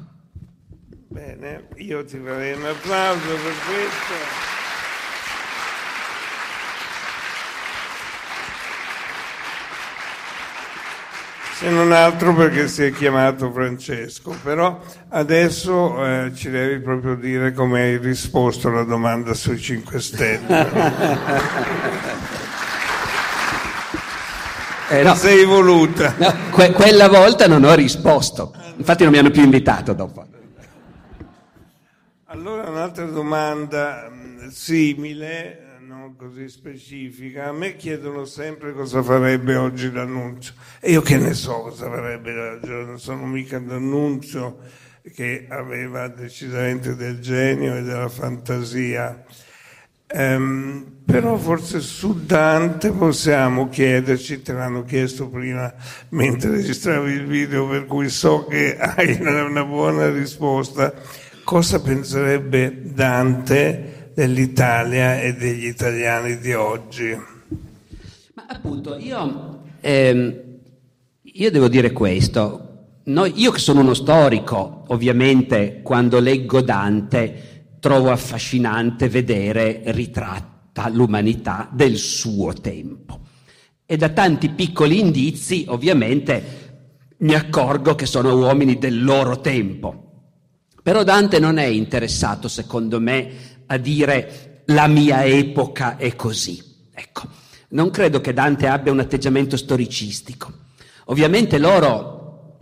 [SPEAKER 3] Bene, io ti farei un applauso per questo. Se non altro perché si è chiamato Francesco, però adesso eh, ci devi proprio dire come hai risposto alla domanda sui cinque Stelle. eh, no. Sei voluta.
[SPEAKER 4] No, que- quella volta non ho risposto, infatti non mi hanno più invitato dopo.
[SPEAKER 3] Allora un'altra domanda mh, simile, non così specifica. A me chiedono sempre cosa farebbe oggi D'Annunzio e io che ne so cosa farebbe, non sono mica D'Annunzio che aveva decisamente del genio e della fantasia, ehm, però forse su Dante possiamo chiederci, te l'hanno chiesto prima mentre registravi il video, per cui so che hai una, una buona risposta. Cosa penserebbe Dante dell'Italia e degli italiani di oggi?
[SPEAKER 4] Ma appunto io, ehm, io devo dire questo, Noi, io che sono uno storico, ovviamente quando leggo Dante trovo affascinante vedere ritratta l'umanità del suo tempo e da tanti piccoli indizi ovviamente mi accorgo che sono uomini del loro tempo. Però Dante non è interessato, secondo me, a dire la mia epoca è così. Ecco, non credo che Dante abbia un atteggiamento storicistico. Ovviamente loro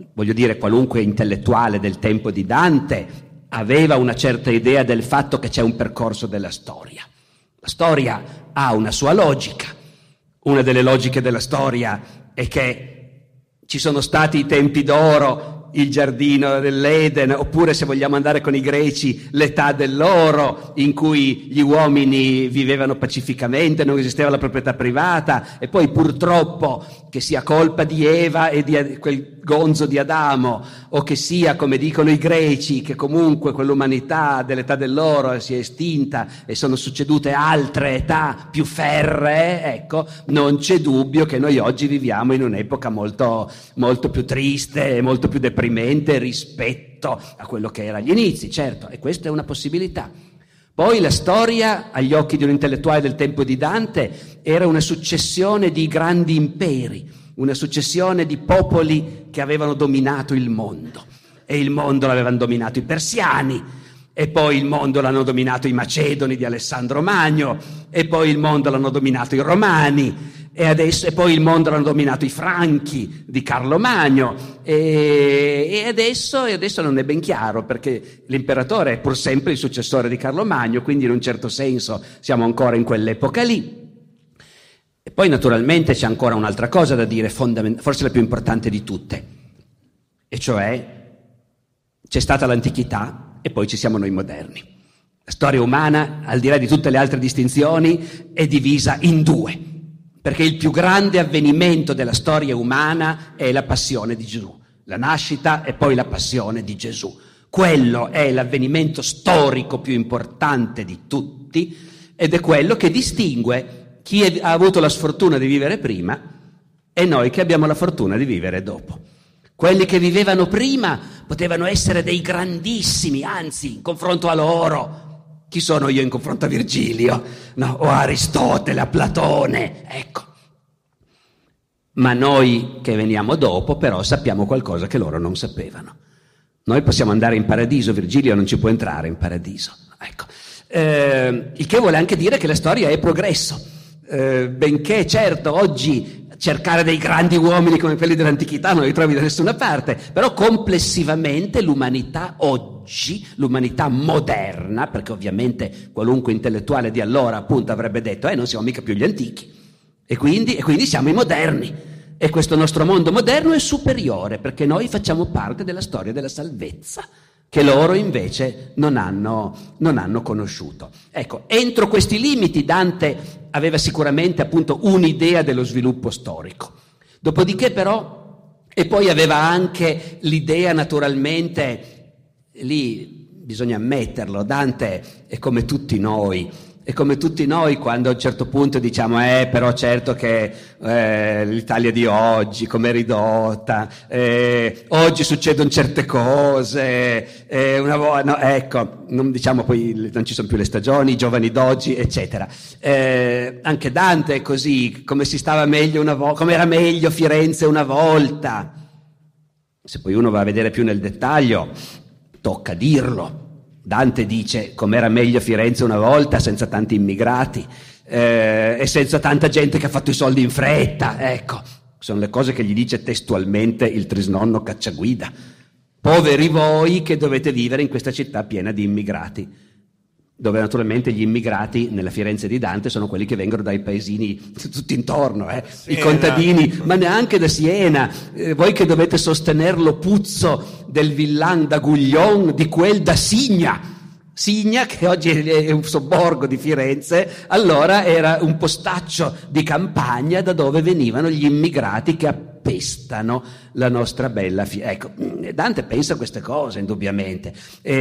[SPEAKER 4] voglio dire, qualunque intellettuale del tempo di Dante aveva una certa idea del fatto che c'è un percorso della storia. La storia ha una sua logica. Una delle logiche della storia è che ci sono stati i tempi d'oro, il giardino dell'Eden, oppure, se vogliamo andare con i greci, l'età dell'oro, in cui gli uomini vivevano pacificamente, non esisteva la proprietà privata, e poi purtroppo, che sia colpa di Eva e di quel gonzo di Adamo, o che sia, come dicono i greci, che comunque quell'umanità dell'età dell'oro si è estinta e sono succedute altre età più ferree, ecco, non c'è dubbio che noi oggi viviamo in un'epoca molto, molto più triste e molto più deprimente rispetto a quello che era agli inizi, certo, e questa è una possibilità. Poi la storia, agli occhi di un intellettuale del tempo di Dante, era una successione di grandi imperi, una successione di popoli che avevano dominato il mondo, e il mondo l'avevano dominato i persiani, e poi il mondo l'hanno dominato i macedoni di Alessandro Magno, e poi il mondo l'hanno dominato i romani, e, adesso, e poi il mondo l'hanno dominato i franchi di Carlo Magno, e, e, adesso, e adesso non è ben chiaro, perché l'imperatore è pur sempre il successore di Carlo Magno, quindi in un certo senso siamo ancora in quell'epoca lì. E poi naturalmente c'è ancora un'altra cosa da dire, fondament- forse la più importante di tutte, e cioè c'è stata l'antichità e poi ci siamo noi moderni. La storia umana, al di là di tutte le altre distinzioni, è divisa in due, perché il più grande avvenimento della storia umana è la passione di Gesù, la nascita e poi la passione di Gesù. Quello è l'avvenimento storico più importante di tutti, ed è quello che distingue chi ha avuto la sfortuna di vivere prima e noi che abbiamo la fortuna di vivere dopo. Quelli che vivevano prima potevano essere dei grandissimi, anzi, in confronto a loro, chi sono io in confronto a Virgilio? No, o a Aristotele, a Platone, ecco. Ma noi che veniamo dopo però sappiamo qualcosa che loro non sapevano. Noi possiamo andare in paradiso, Virgilio non ci può entrare in paradiso, ecco. Eh, il che vuole anche dire che la storia è progresso. Eh, benché certo oggi cercare dei grandi uomini come quelli dell'antichità non li trovi da nessuna parte, però complessivamente l'umanità oggi, l'umanità moderna, perché ovviamente qualunque intellettuale di allora appunto avrebbe detto eh non siamo mica più gli antichi, e quindi, e quindi siamo i moderni, e questo nostro mondo moderno è superiore perché noi facciamo parte della storia della salvezza, che loro invece non hanno, non hanno conosciuto. Ecco, entro questi limiti Dante aveva sicuramente appunto un'idea dello sviluppo storico. Dopodiché però, e poi aveva anche l'idea naturalmente, lì bisogna ammetterlo, Dante è come tutti noi, è come tutti noi quando a un certo punto diciamo eh però certo che eh, l'Italia di oggi com'è ridotta, eh, oggi succedono certe cose, eh, una vo- no, ecco, non diciamo poi non ci sono più le stagioni, i giovani d'oggi eccetera, eh, anche Dante è così, come si stava meglio una volta, come era meglio Firenze una volta. Se poi uno va a vedere più nel dettaglio tocca dirlo. Dante dice com'era meglio Firenze una volta senza tanti immigrati eh, e senza tanta gente che ha fatto i soldi in fretta, ecco, sono le cose che gli dice testualmente il trisnonno Cacciaguida. Poveri voi che dovete vivere in questa città piena di immigrati, dove naturalmente gli immigrati nella Firenze di Dante sono quelli che vengono dai paesini tutti intorno, eh? I contadini, ma neanche da Siena, eh, voi che dovete sostenere lo puzzo del villan da Guglion, di quel da Signa, Signa che oggi è un sobborgo di Firenze, allora era un postaccio di campagna da dove venivano gli immigrati che appestano la nostra bella Firenze. Ecco, Dante pensa a queste cose indubbiamente,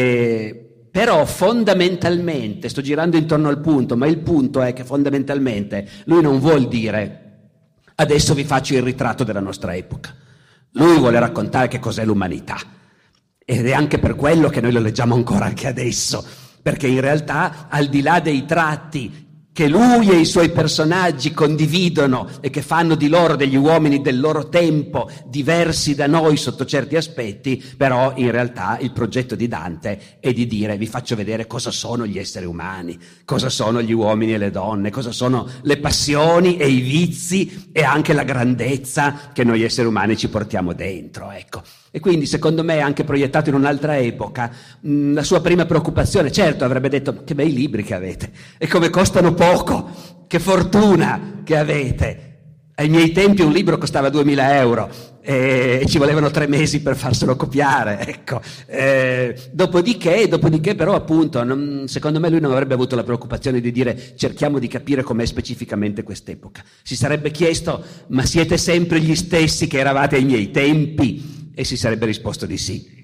[SPEAKER 4] e però fondamentalmente, sto girando intorno al punto, ma il punto è che fondamentalmente lui non vuol dire adesso vi faccio il ritratto della nostra epoca. Lui vuole raccontare che cos'è l'umanità, ed è anche per quello che noi lo leggiamo ancora anche adesso, perché in realtà al di là dei tratti che lui e i suoi personaggi condividono e che fanno di loro degli uomini del loro tempo, diversi da noi sotto certi aspetti, però in realtà il progetto di Dante è di dire: vi faccio vedere cosa sono gli esseri umani, cosa sono gli uomini e le donne, cosa sono le passioni e i vizi e anche la grandezza che noi esseri umani ci portiamo dentro, ecco. E quindi secondo me, anche proiettato in un'altra epoca, mh, la sua prima preoccupazione, certo avrebbe detto: che bei libri che avete e come costano poco, che fortuna che avete. Ai miei tempi un libro costava duemila euro e, e ci volevano tre mesi per farselo copiare, ecco. Eh, dopodiché, dopodiché però appunto non, secondo me lui non avrebbe avuto la preoccupazione di dire: cerchiamo di capire com'è specificamente quest'epoca. Si sarebbe chiesto: ma siete sempre gli stessi che eravate ai miei tempi? E si sarebbe risposto di sì.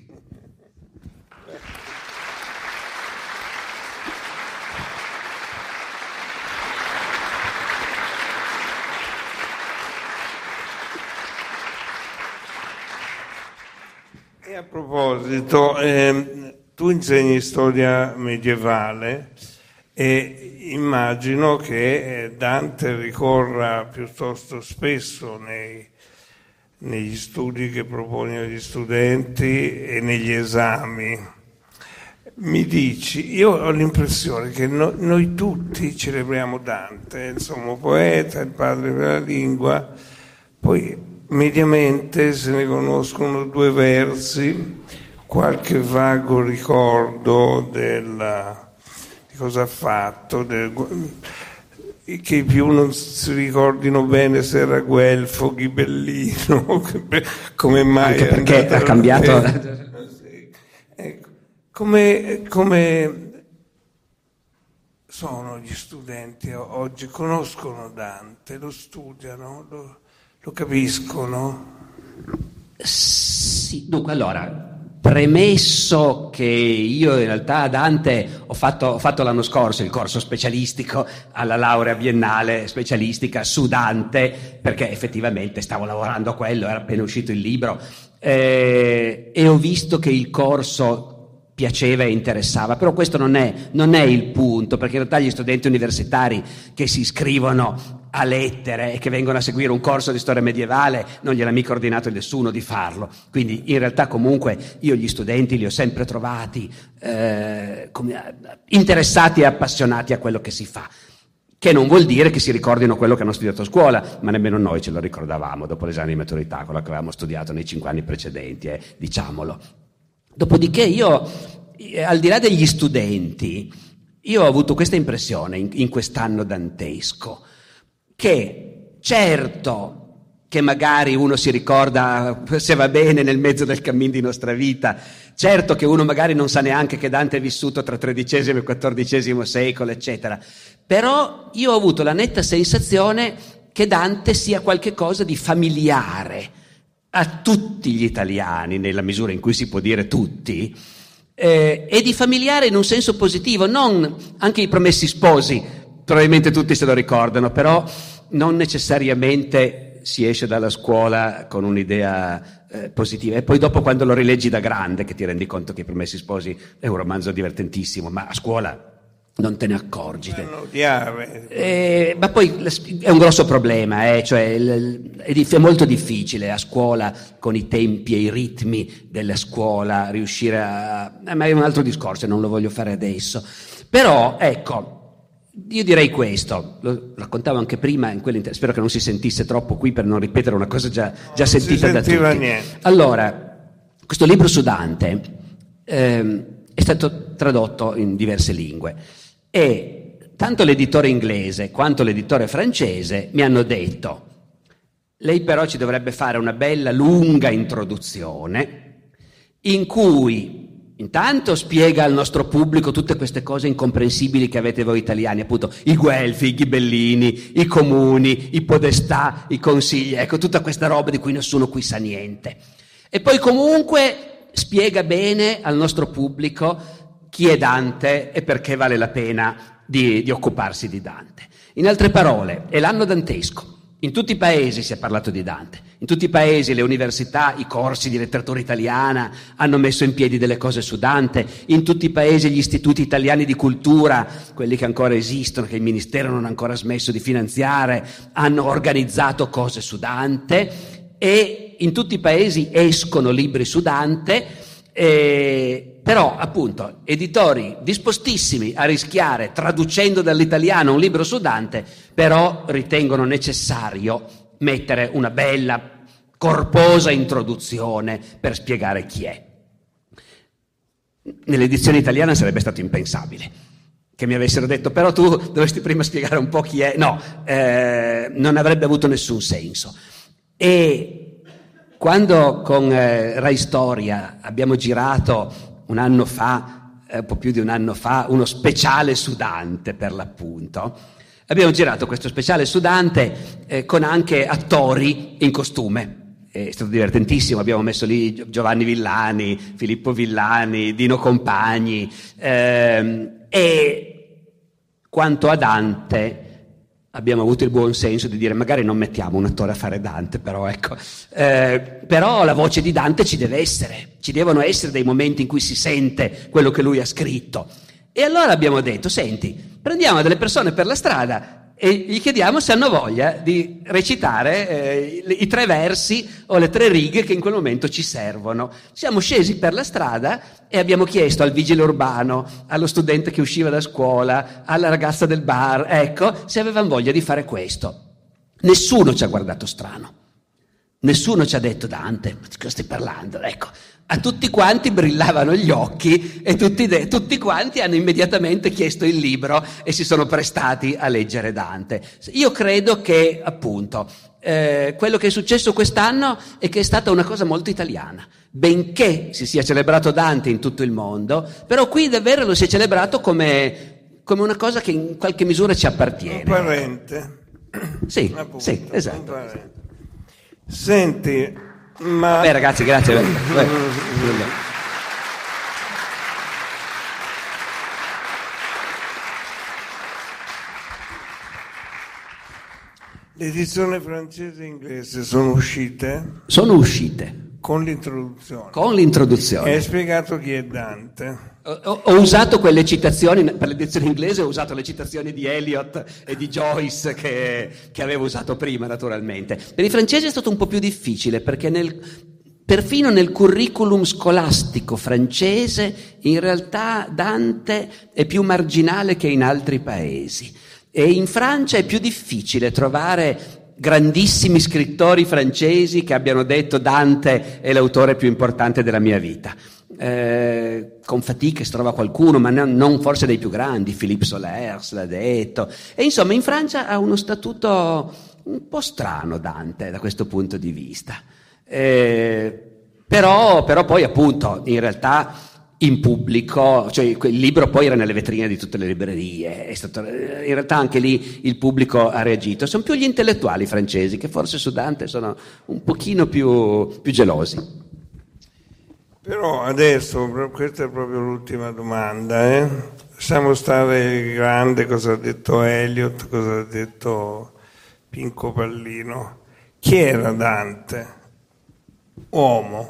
[SPEAKER 3] E a proposito, eh, tu insegni storia medievale e immagino che Dante ricorra piuttosto spesso nei negli studi che proponi agli studenti e negli esami. Mi dici, io ho l'impressione che no, noi tutti celebriamo Dante, insomma, poeta, il padre della lingua, poi mediamente se ne conoscono due versi, qualche vago ricordo della, di cosa ha fatto, del, che i più non si ricordino bene se era guelfo, ghibellino, come mai
[SPEAKER 4] anche perché ha cambiato.
[SPEAKER 3] Sì. Ecco. Come, come sono gli studenti oggi? Conoscono Dante, lo studiano, lo, lo capiscono?
[SPEAKER 4] Sì, dunque allora, premesso che io in realtà a Dante ho fatto, ho fatto l'anno scorso il corso specialistico alla laurea biennale specialistica su Dante, perché effettivamente stavo lavorando a quello, era appena uscito il libro, eh, e ho visto che il corso piaceva e interessava, però questo non è, non è il punto, perché in realtà gli studenti universitari che si iscrivono a lettere e che vengono a seguire un corso di storia medievale non gliel'ha mica ordinato nessuno di farlo, quindi in realtà comunque io gli studenti li ho sempre trovati eh, come, interessati e appassionati a quello che si fa, che non vuol dire che si ricordino quello che hanno studiato a scuola, ma nemmeno noi ce lo ricordavamo dopo l'esame di maturità, quello che avevamo studiato nei cinque anni precedenti, eh, diciamolo. Dopodiché io, eh, al di là degli studenti, io ho avuto questa impressione in, in quest'anno dantesco, che certo che magari uno si ricorda, se va bene, nel mezzo del cammin di nostra vita, certo che uno magari non sa neanche che Dante è vissuto tra tredicesimo e quattordicesimo secolo, eccetera, però io ho avuto la netta sensazione che Dante sia qualche cosa di familiare a tutti gli italiani, nella misura in cui si può dire tutti, eh, e di familiare in un senso positivo, non anche i Promessi Sposi, probabilmente tutti se lo ricordano, però non necessariamente si esce dalla scuola con un'idea eh, positiva. E poi dopo, quando lo rileggi da grande, che ti rendi conto che i Promessi Sposi è un romanzo divertentissimo, ma a scuola non te ne accorgi. Eh, ma poi è un grosso problema, eh, cioè è, è molto difficile a scuola, con i tempi e i ritmi della scuola, riuscire a... Eh, ma è un altro discorso, non lo voglio fare adesso. Però, ecco, io direi questo, lo raccontavo anche prima, in spero che non si sentisse troppo qui per non ripetere una cosa già, già
[SPEAKER 3] non
[SPEAKER 4] sentita da tutti.
[SPEAKER 3] Niente.
[SPEAKER 4] Allora, questo libro su Dante ehm, è stato tradotto in diverse lingue. E tanto l'editore inglese quanto l'editore francese mi hanno detto: lei però ci dovrebbe fare una bella lunga introduzione in cui intanto spiega al nostro pubblico tutte queste cose incomprensibili che avete voi italiani, appunto i guelfi, i ghibellini, i comuni, i podestà, i consigli, ecco tutta questa roba di cui nessuno qui sa niente, e poi comunque spiega bene al nostro pubblico chi è Dante e perché vale la pena di, di occuparsi di Dante. In altre parole, è l'anno dantesco, In tutti i paesi si è parlato di Dante, in tutti i paesi le università, i corsi di letteratura italiana hanno messo in piedi delle cose su Dante, in tutti i paesi gli istituti italiani di cultura, quelli che ancora esistono, che il Ministero non ha ancora smesso di finanziare, hanno organizzato cose su Dante e in tutti i paesi escono libri su Dante, eh, però appunto editori dispostissimi a rischiare traducendo dall'italiano un libro su Dante, però ritengono necessario mettere una bella, corposa introduzione per spiegare chi è. Nell'edizione italiana sarebbe stato impensabile che mi avessero detto però tu dovresti prima spiegare un po' chi è. No, eh, non avrebbe avuto nessun senso. E quando con eh, Rai Storia abbiamo girato un anno fa, eh, un po' più di un anno fa, uno speciale su Dante per l'appunto, abbiamo girato questo speciale su Dante eh, con anche attori in costume. È stato divertentissimo, abbiamo messo lì Giovanni Villani, Filippo Villani, Dino Compagni, ehm, e quanto a Dante abbiamo avuto il buon senso di dire magari non mettiamo un attore a fare Dante, però ecco, eh, però la voce di Dante ci deve essere, ci devono essere dei momenti in cui si sente quello che lui ha scritto. E allora abbiamo detto, senti, prendiamo delle persone per la strada e gli chiediamo se hanno voglia di recitare eh, i, i tre versi o le tre righe che in quel momento ci servono. Siamo scesi per la strada e abbiamo chiesto al vigile urbano, allo studente che usciva da scuola, alla ragazza del bar, ecco, se avevano voglia di fare questo. Nessuno ci ha guardato strano, nessuno ci ha detto Dante, ma di cosa stai parlando? Ecco, a tutti quanti brillavano gli occhi e tutti, de- tutti quanti hanno immediatamente chiesto il libro e si sono prestati a leggere Dante. Io credo che, appunto, eh, quello che è successo quest'anno è che è stata una cosa molto italiana. Benché si sia celebrato Dante in tutto il mondo, però qui davvero lo si è celebrato come, come una cosa che in qualche misura ci appartiene.
[SPEAKER 3] Un parente.
[SPEAKER 4] Sì,
[SPEAKER 3] Appunto,
[SPEAKER 4] sì, esatto.
[SPEAKER 3] Un parente. Senti... Ma...
[SPEAKER 4] Beh ragazzi, grazie. Beh. Beh.
[SPEAKER 3] Le edizioni francese e inglese sono uscite?
[SPEAKER 4] Sono uscite.
[SPEAKER 3] Con l'introduzione.
[SPEAKER 4] Con l'introduzione.
[SPEAKER 3] E hai spiegato chi è Dante.
[SPEAKER 4] Ho, ho usato quelle citazioni, per l'edizione inglese ho usato le citazioni di Eliot e di Joyce che, che avevo usato prima naturalmente. Per i francesi è stato un po' più difficile perché nel, perfino nel curriculum scolastico francese in realtà Dante è più marginale che in altri paesi e in Francia è più difficile trovare grandissimi scrittori francesi che abbiano detto Dante è l'autore più importante della mia vita. Eh, con fatica si trova qualcuno, ma non forse dei più grandi, Philippe Solers l'ha detto, e insomma in Francia ha uno statuto un po' strano Dante da questo punto di vista, eh, però, però poi appunto in realtà in pubblico, cioè il libro poi era nelle vetrine di tutte le librerie, è stato, in realtà anche lì il pubblico ha reagito, sono più gli intellettuali francesi che forse su Dante sono un pochino più, più gelosi.
[SPEAKER 3] Però adesso, questa è proprio l'ultima domanda, eh? Lasciamo stare grande cosa ha detto Eliot, cosa ha detto Pinco Pallino. Chi era Dante? Uomo.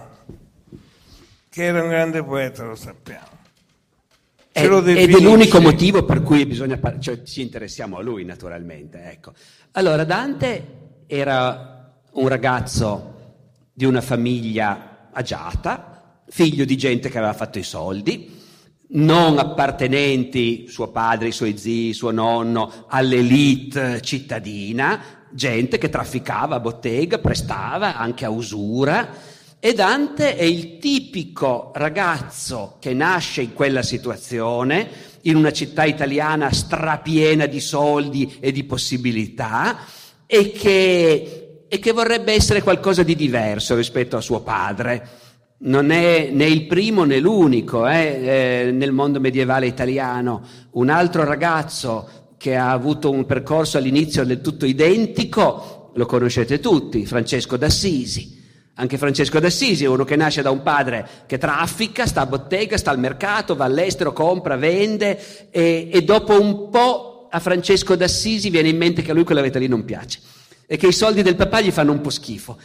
[SPEAKER 3] Che era un grande poeta, lo sappiamo.
[SPEAKER 4] È, ed è l'unico motivo per cui bisogna, cioè, ci interessiamo a lui naturalmente. Ecco. Allora, Dante era un ragazzo di una famiglia agiata, figlio di gente che aveva fatto i soldi, non appartenenti, suo padre, i suoi zii, suo nonno, all'elite cittadina, gente che trafficava a bottega, prestava anche a usura, e Dante è il tipico ragazzo che nasce in quella situazione, in una città italiana strapiena di soldi e di possibilità, e che, e che vorrebbe essere qualcosa di diverso rispetto a suo padre. Non è né il primo né l'unico eh, eh, nel mondo medievale italiano. Un altro ragazzo che ha avuto un percorso all'inizio del tutto identico, lo conoscete tutti, Francesco d'Assisi. Anche Francesco d'Assisi è uno che nasce da un padre che traffica, sta a bottega, sta al mercato, va all'estero, compra, vende e, e dopo un po' a Francesco d'Assisi viene in mente che a lui quella vita lì non piace. e che i soldi del papà gli fanno un po' schifo,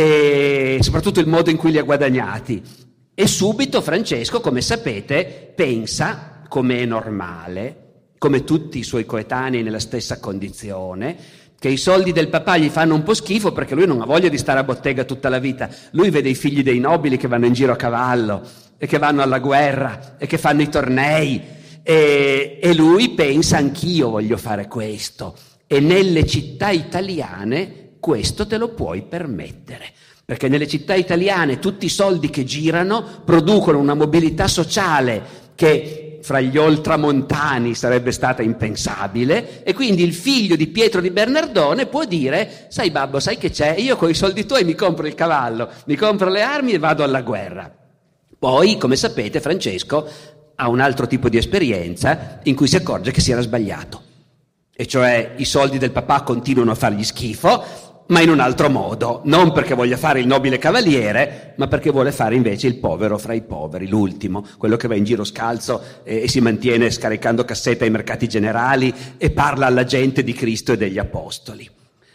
[SPEAKER 4] e soprattutto il modo in cui li ha guadagnati. E subito Francesco, come sapete, pensa, come è normale, come tutti i suoi coetanei nella stessa condizione, che i soldi del papà gli fanno un po' schifo perché lui non ha voglia di stare a bottega tutta la vita. Lui vede i figli dei nobili che vanno in giro a cavallo e che vanno alla guerra e che fanno i tornei, e, e lui pensa: anch'io voglio fare questo. E nelle città italiane questo te lo puoi permettere, perché nelle città italiane tutti i soldi che girano producono una mobilità sociale che fra gli oltramontani sarebbe stata impensabile, e quindi il figlio di Pietro di Bernardone può dire: sai babbo, sai che c'è? Io con i soldi tuoi mi compro il cavallo, mi compro le armi e vado alla guerra. Poi, come sapete, Francesco ha un altro tipo di esperienza in cui si accorge che si era sbagliato, e cioè i soldi del papà continuano a fargli schifo, ma in un altro modo, non perché voglia fare il nobile cavaliere, ma perché vuole fare invece il povero fra i poveri, l'ultimo, quello che va in giro scalzo e, e si mantiene scaricando cassette ai mercati generali e parla alla gente di Cristo e degli apostoli.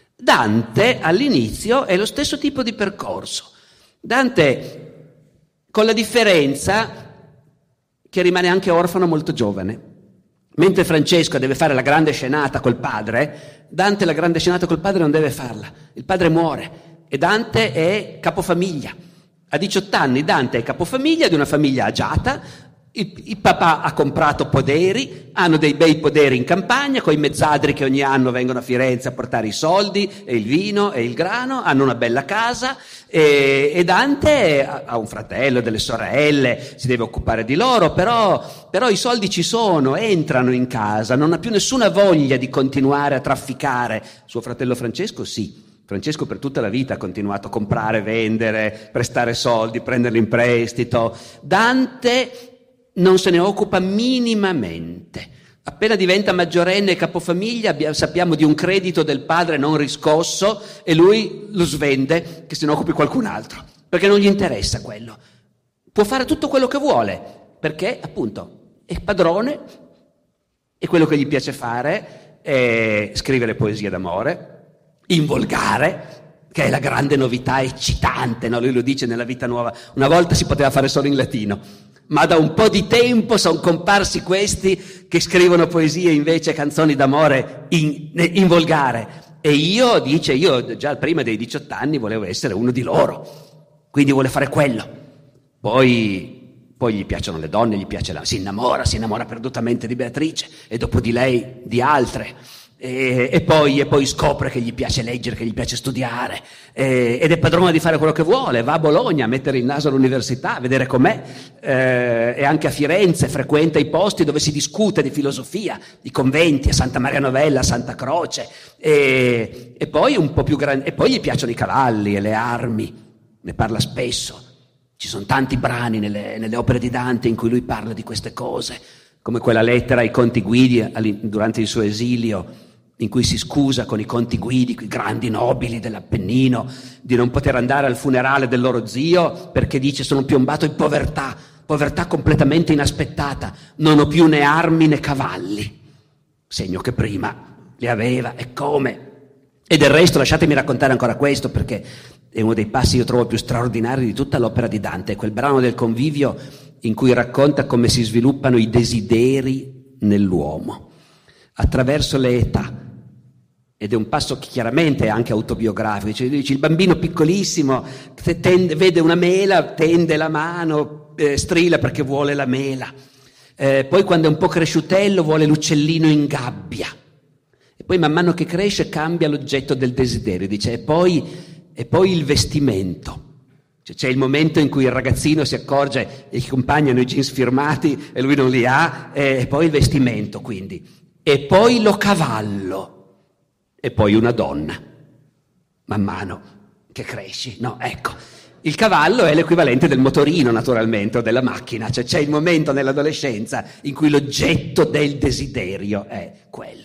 [SPEAKER 4] Dante all'inizio è lo stesso tipo di percorso. Dante, con la differenza che rimane anche orfano molto giovane. Mentre Francesco deve fare la grande scenata col padre, Dante la grande scenata col padre non deve farla. Il padre muore e Dante è capofamiglia. A diciotto anni Dante è capofamiglia di una famiglia agiata. Il, il papà ha comprato poderi, hanno dei bei poderi in campagna con i mezzadri che ogni anno vengono a Firenze a portare i soldi e il vino e il grano, hanno una bella casa, e, e Dante ha, ha un fratello, delle sorelle, si deve occupare di loro, però, però i soldi ci sono, entrano in casa, non ha più nessuna voglia di continuare a trafficare. Suo fratello Francesco sì. Francesco per tutta la vita ha continuato a comprare, vendere, prestare soldi, prenderli in prestito. Dante non se ne occupa minimamente. Appena diventa maggiorenne e capofamiglia abbiamo, sappiamo di un credito del padre non riscosso e lui lo svende, che se ne occupi qualcun altro, perché non gli interessa quello. Può fare tutto quello che vuole, perché appunto è padrone, e quello che gli piace fare è scrivere poesie d'amore, in volgare, che è la grande novità eccitante, no? Lui lo dice nella Vita Nuova, una volta si poteva fare solo in latino, ma da un po' di tempo sono comparsi questi che scrivono poesie invece, canzoni d'amore in, in volgare. E io, dice, io già prima dei diciotto anni volevo essere uno di loro, quindi vuole fare quello. Poi, poi gli piacciono le donne, gli piace la, si innamora, si innamora perdutamente di Beatrice e dopo di lei di altre. E, e, poi, e poi scopre che gli piace leggere, che gli piace studiare, e, ed è padrone di fare quello che vuole. Va a Bologna a mettere il naso all'università, a vedere com'è, eh, e anche a Firenze frequenta i posti dove si discute di filosofia, i conventi, a Santa Maria Novella, a Santa Croce, e, e poi un po' più grande, e poi gli piacciono i cavalli e le armi, ne parla spesso. Ci sono tanti brani nelle, nelle opere di Dante in cui lui parla di queste cose, come quella lettera ai conti guidi durante il suo esilio, in cui si scusa con i conti guidi, quei grandi nobili dell'Appennino, di non poter andare al funerale del loro zio perché dice: sono piombato in povertà, povertà completamente inaspettata, non ho più né armi né cavalli, segno che prima li aveva, e come. E del resto lasciatemi raccontare ancora questo, perché è uno dei passi io trovo più straordinari di tutta l'opera di Dante, quel brano del Convivio in cui racconta come si sviluppano i desideri nell'uomo attraverso le età. Ed è un passo che chiaramente è anche autobiografico. Cioè, dice, il bambino piccolissimo tende, vede una mela, tende la mano, eh, strilla perché vuole la mela. Eh, poi quando è un po' cresciutello vuole l'uccellino in gabbia. E poi man mano che cresce cambia l'oggetto del desiderio. Dice, e poi, e poi il vestimento. Cioè, c'è il momento in cui il ragazzino si accorge che i compagni hanno i jeans firmati e lui non li ha, e poi il vestimento, quindi. E poi lo cavallo. E poi una donna, man mano che cresci, no? Ecco, il cavallo è l'equivalente del motorino, naturalmente, o della macchina, cioè c'è il momento nell'adolescenza in cui l'oggetto del desiderio è quello.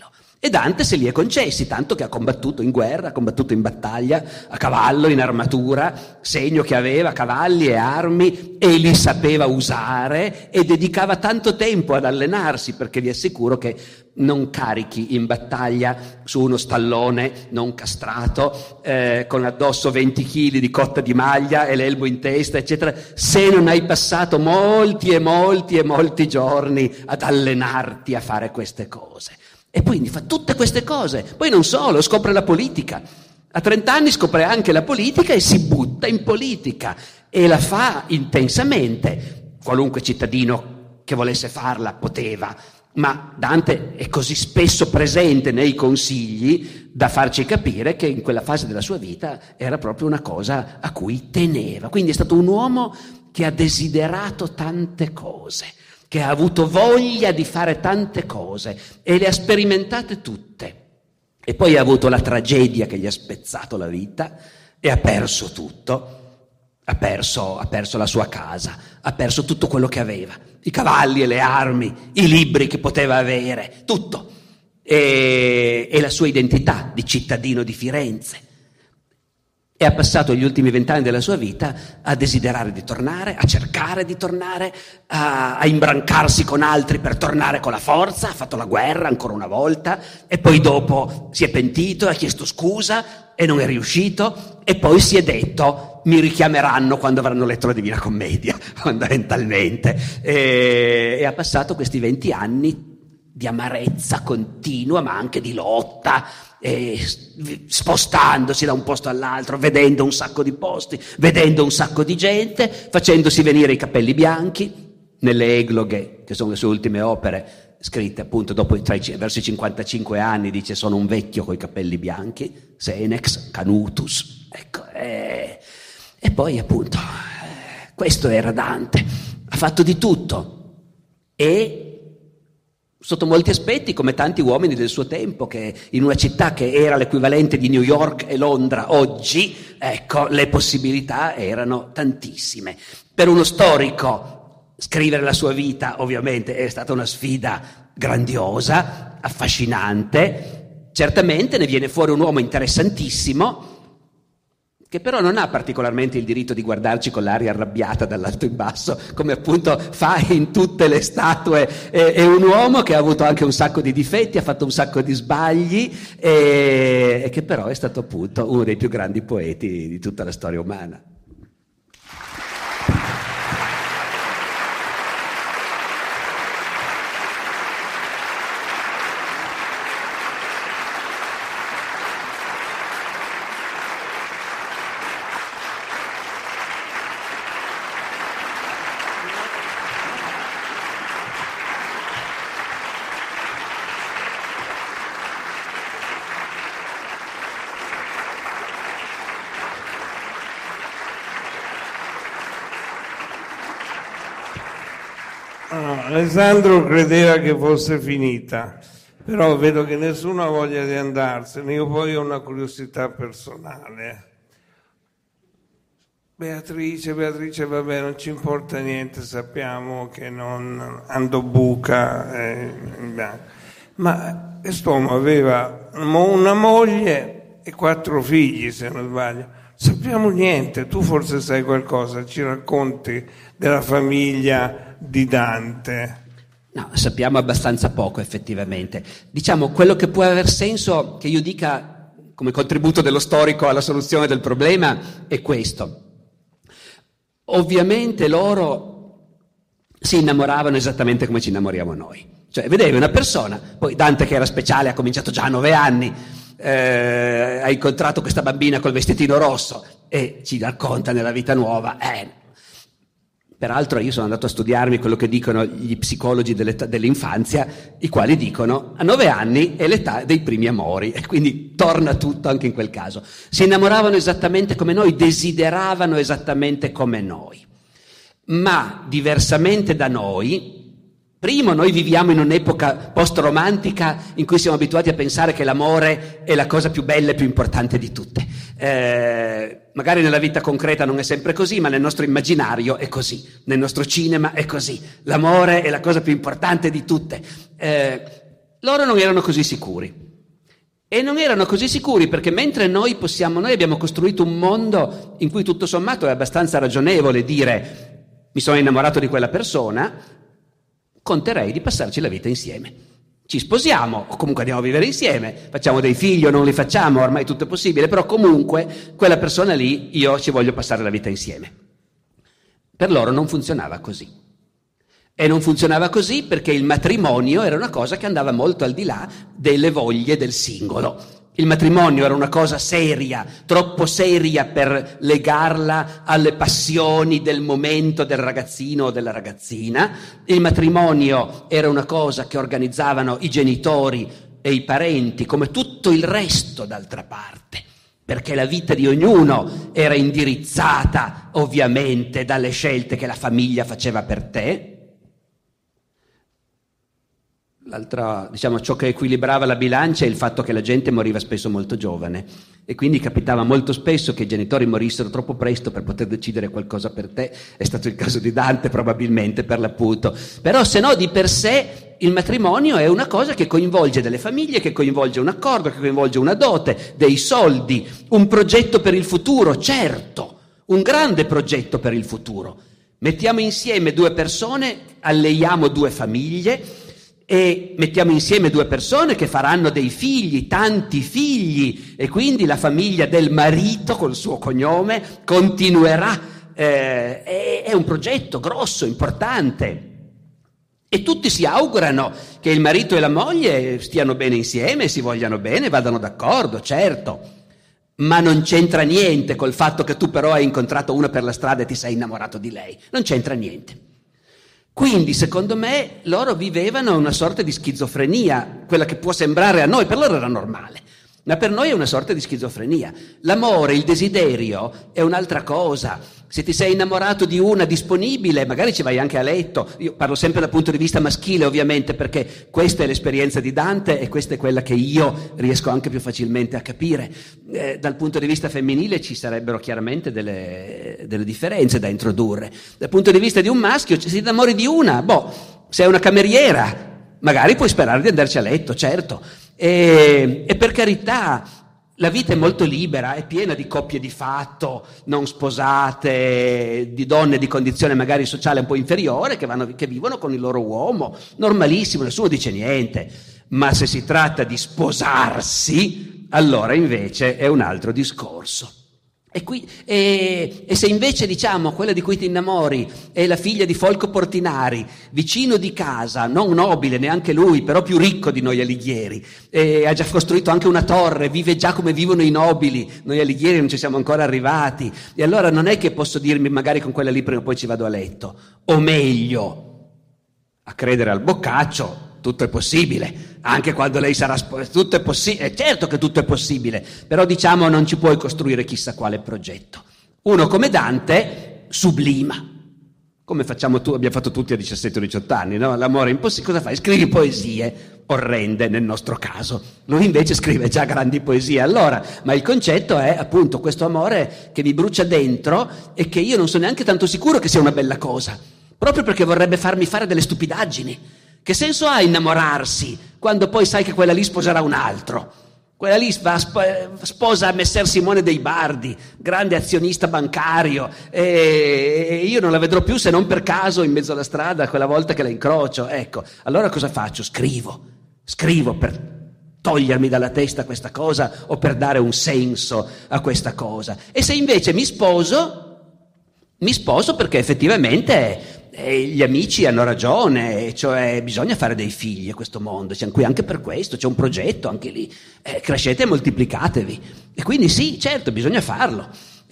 [SPEAKER 4] E Dante se li è concessi, tanto che ha combattuto in guerra, ha combattuto in battaglia, a cavallo, in armatura, segno che aveva cavalli e armi e li sapeva usare e dedicava tanto tempo ad allenarsi, perché vi assicuro che non carichi in battaglia su uno stallone non castrato, eh, con addosso venti chili di cotta di maglia e l'elmo in testa, eccetera, se non hai passato molti e molti e molti giorni ad allenarti a fare queste cose. E quindi fa tutte queste cose. Poi non solo, scopre la politica. A trenta anni scopre anche la politica e si butta in politica. E la fa intensamente. Qualunque cittadino che volesse farla poteva. Ma Dante è così spesso presente nei consigli da farci capire che in quella fase della sua vita era proprio una cosa a cui teneva. Quindi è stato un uomo che ha desiderato tante cose, che ha avuto voglia di fare tante cose e le ha sperimentate tutte. E poi ha avuto la tragedia che gli ha spezzato la vita e ha perso tutto. Ha perso, ha perso la sua casa, ha perso tutto quello che aveva, i cavalli e le armi, i libri che poteva avere, tutto. E, e la sua identità di cittadino di Firenze. E ha passato gli ultimi vent'anni della sua vita a desiderare di tornare, a cercare di tornare, a, a imbrancarsi con altri per tornare con la forza, ha fatto la guerra ancora una volta e poi dopo si è pentito, ha chiesto scusa e non è riuscito e poi si è detto mi richiameranno quando avranno letto la Divina Commedia, fondamentalmente. E, e ha passato questi venti anni di amarezza continua ma anche di lotta, e spostandosi da un posto all'altro, vedendo un sacco di posti, vedendo un sacco di gente, facendosi venire i capelli bianchi nelle Egloghe, che sono le sue ultime opere, scritte appunto dopo tra i, verso i cinquantacinque anni, dice sono un vecchio coi capelli bianchi, Senex, Canutus, ecco, e, e poi appunto questo era Dante, ha fatto di tutto e sotto molti aspetti come tanti uomini del suo tempo, che in una città che era l'equivalente di New York e Londra oggi, ecco, le possibilità erano tantissime. Per uno storico scrivere la sua vita ovviamente è stata una sfida grandiosa, affascinante, certamente ne viene fuori un uomo interessantissimo, che però non ha particolarmente il diritto di guardarci con l'aria arrabbiata dall'alto in basso, come appunto fa in tutte le statue. È, è un uomo che ha avuto anche un sacco di difetti, ha fatto un sacco di sbagli, e, e che però è stato appunto uno dei più grandi poeti di tutta la storia umana.
[SPEAKER 3] Alessandro credeva che fosse finita, però vedo che nessuno ha voglia di andarsene. Io poi ho una curiosità personale. Beatrice, Beatrice, vabbè, non ci importa niente, sappiamo che non andò buca, eh, ma quest'uomo aveva una moglie e quattro figli, se non sbaglio. Sappiamo niente, tu forse sai qualcosa, ci racconti della famiglia di Dante?
[SPEAKER 4] No, sappiamo abbastanza poco effettivamente. Diciamo, quello che può aver senso che io dica come contributo dello storico alla soluzione del problema è questo. Ovviamente loro si innamoravano esattamente come ci innamoriamo noi. Cioè, vedevi una persona, poi Dante che era speciale ha cominciato già a nove anni, eh, ha incontrato questa bambina col vestitino rosso e ci racconta nella vita nuova, eh, peraltro io sono andato a studiarmi quello che dicono gli psicologi dell'infanzia, i quali dicono a nove anni è l'età dei primi amori e quindi torna tutto anche in quel caso. Si innamoravano esattamente come noi, desideravano esattamente come noi, ma diversamente da noi. Primo, noi viviamo in un'epoca post-romantica in cui siamo abituati a pensare che l'amore è la cosa più bella e più importante di tutte. Eh, magari nella vita concreta non è sempre così, ma nel nostro immaginario è così, nel nostro cinema è così. L'amore è la cosa più importante di tutte. Eh, loro non erano così sicuri. E non erano così sicuri, perché mentre noi possiamo, noi abbiamo costruito un mondo in cui tutto sommato è abbastanza ragionevole dire mi sono innamorato di quella persona, conterei di passarci la vita insieme. Ci sposiamo, o comunque andiamo a vivere insieme, facciamo dei figli o non li facciamo, ormai tutto è possibile, però comunque quella persona lì io ci voglio passare la vita insieme. Per loro non funzionava così. E non funzionava così perché il matrimonio era una cosa che andava molto al di là delle voglie del singolo. Il matrimonio era una cosa seria, troppo seria per legarla alle passioni del momento del ragazzino o della ragazzina. Il matrimonio era una cosa che organizzavano i genitori e i parenti, come tutto il resto d'altra parte, perché la vita di ognuno era indirizzata ovviamente dalle scelte che la famiglia faceva per te. L'altra, diciamo, ciò che equilibrava la bilancia è il fatto che la gente moriva spesso molto giovane e quindi capitava molto spesso che i genitori morissero troppo presto per poter decidere qualcosa per te. È stato il caso di Dante probabilmente, per l'appunto. Però se no, di per sé il matrimonio è una cosa che coinvolge delle famiglie, che coinvolge un accordo, che coinvolge una dote, dei soldi, un progetto per il futuro, certo, un grande progetto per il futuro. Mettiamo insieme due persone, alleiamo due famiglie e mettiamo insieme due persone che faranno dei figli, tanti figli, e quindi la famiglia del marito col suo cognome continuerà. Eh, è, è un progetto grosso, importante, e tutti si augurano che il marito e la moglie stiano bene insieme, si vogliano bene, vadano d'accordo, certo, ma non c'entra niente col fatto che tu però hai incontrato una per la strada e ti sei innamorato di lei, non c'entra niente. Quindi, secondo me, loro vivevano una sorta di schizofrenia, quella che può sembrare a noi, per loro era normale, ma per noi è una sorta di schizofrenia. L'amore, il desiderio è un'altra cosa. Se ti sei innamorato di una disponibile, magari ci vai anche a letto. Io parlo sempre dal punto di vista maschile, ovviamente, perché questa è l'esperienza di Dante e questa è quella che io riesco anche più facilmente a capire. Eh, dal punto di vista femminile ci sarebbero chiaramente delle, delle differenze da introdurre. Dal punto di vista di un maschio, se ti innamori di una, boh, sei una cameriera, magari puoi sperare di andarci a letto, certo. E, e per carità, la vita è molto libera, è piena di coppie di fatto, non sposate, di donne di condizione magari sociale un po' inferiore che, vanno, che vivono con il loro uomo, normalissimo, nessuno dice niente. Ma se si tratta di sposarsi, allora invece è un altro discorso. E, qui, e, e se invece, diciamo, quella di cui ti innamori è la figlia di Folco Portinari, vicino di casa, non nobile neanche lui, però più ricco di noi Alighieri, e ha già costruito anche una torre, vive già come vivono i nobili, noi Alighieri non ci siamo ancora arrivati, e allora non è che posso dirmi magari con quella lì prima o poi ci vado a letto, o meglio, a credere al Boccaccio, tutto è possibile, anche quando lei sarà sposata, tutto è possibile, è certo che tutto è possibile, però diciamo non ci puoi costruire chissà quale progetto. Uno come Dante sublima, come facciamo tu, abbiamo fatto tutti a diciassette o diciotto anni, no? L'amore è impossibile, cosa fai? Scrivi poesie, orrende nel nostro caso, lui invece scrive già grandi poesie, allora, ma il concetto è appunto questo amore che mi brucia dentro e che io non sono neanche tanto sicuro che sia una bella cosa, proprio perché vorrebbe farmi fare delle stupidaggini. Che senso ha innamorarsi quando poi sai che quella lì sposerà un altro? Quella lì sposa Messer Simone dei Bardi, grande azionista bancario, e io non la vedrò più se non per caso in mezzo alla strada quella volta che la incrocio. Ecco, allora cosa faccio? Scrivo, scrivo per togliermi dalla testa questa cosa o per dare un senso a questa cosa. E se invece mi sposo, mi sposo perché effettivamente e gli amici hanno ragione, cioè bisogna fare dei figli a questo mondo, siamo qui anche per questo, c'è un progetto anche lì, eh, crescete e moltiplicatevi, e quindi sì, certo, bisogna farlo.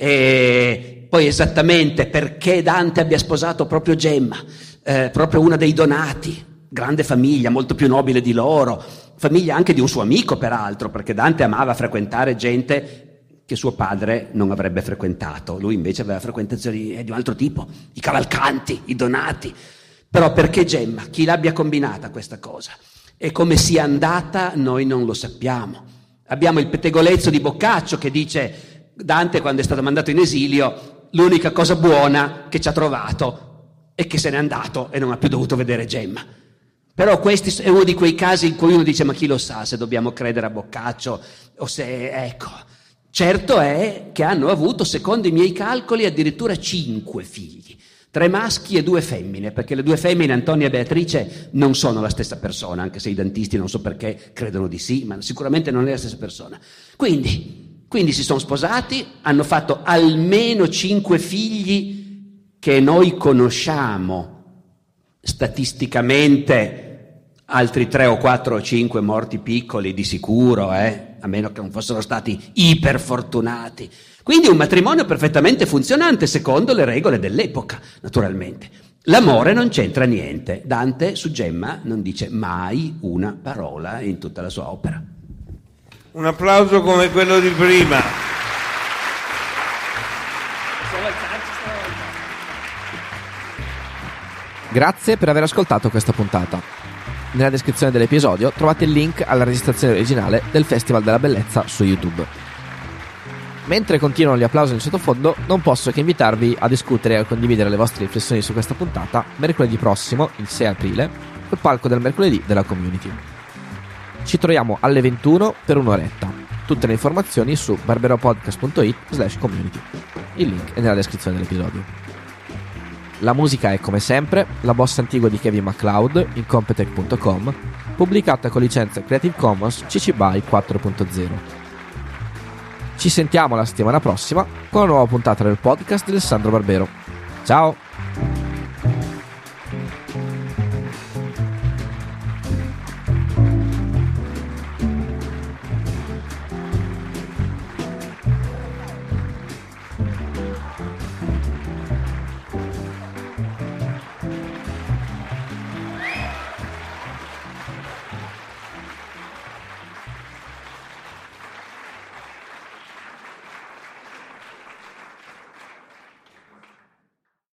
[SPEAKER 4] E poi esattamente perché Dante abbia sposato proprio Gemma, eh, proprio una dei Donati, grande famiglia, molto più nobile di loro, famiglia anche di un suo amico peraltro, perché Dante amava frequentare gente che suo padre non avrebbe frequentato, lui invece aveva frequentazioni di un altro tipo, i Cavalcanti, i Donati. Però perché Gemma? Chi l'abbia combinata questa cosa? E come sia andata noi non lo sappiamo. Abbiamo il pettegolezzo di Boccaccio che dice Dante quando è stato mandato in esilio l'unica cosa buona che ci ha trovato è che se n'è andato e non ha più dovuto vedere Gemma. Però questo è uno di quei casi in cui uno dice: ma chi lo sa se dobbiamo credere a Boccaccio o se... ecco, certo è che hanno avuto, secondo i miei calcoli, addirittura cinque figli, tre maschi e due femmine, perché le due femmine, Antonia e Beatrice, non sono la stessa persona, anche se i dantisti non so perché credono di sì, ma sicuramente non è la stessa persona. Quindi, quindi si sono sposati, hanno fatto almeno cinque figli che noi conosciamo. Statisticamente altri tre o quattro o cinque morti piccoli di sicuro, eh? A meno che non fossero stati iperfortunati. Quindi un matrimonio perfettamente funzionante secondo le regole dell'epoca, naturalmente. L'amore non c'entra niente. Dante su Gemma non dice mai una parola in tutta la sua opera.
[SPEAKER 3] Un applauso come quello di prima.
[SPEAKER 1] Grazie per aver ascoltato questa puntata. Nella descrizione dell'episodio trovate il link alla registrazione originale del Festival della Bellezza su YouTube. Mentre continuano gli applausi nel sottofondo, non posso che invitarvi a discutere e a condividere le vostre riflessioni su questa puntata mercoledì prossimo, il sei aprile, col palco del mercoledì della community. Ci troviamo alle ventuno per un'oretta. Tutte le informazioni su barberopodcast.it slash community. Il link è nella descrizione dell'episodio. La musica è, come sempre, La bossa antigua di Kevin MacLeod in Competech punto com, pubblicata con licenza Creative Commons C C B Y quattro punto zero. Ci sentiamo la settimana prossima con una nuova puntata del podcast di Alessandro Barbero. Ciao!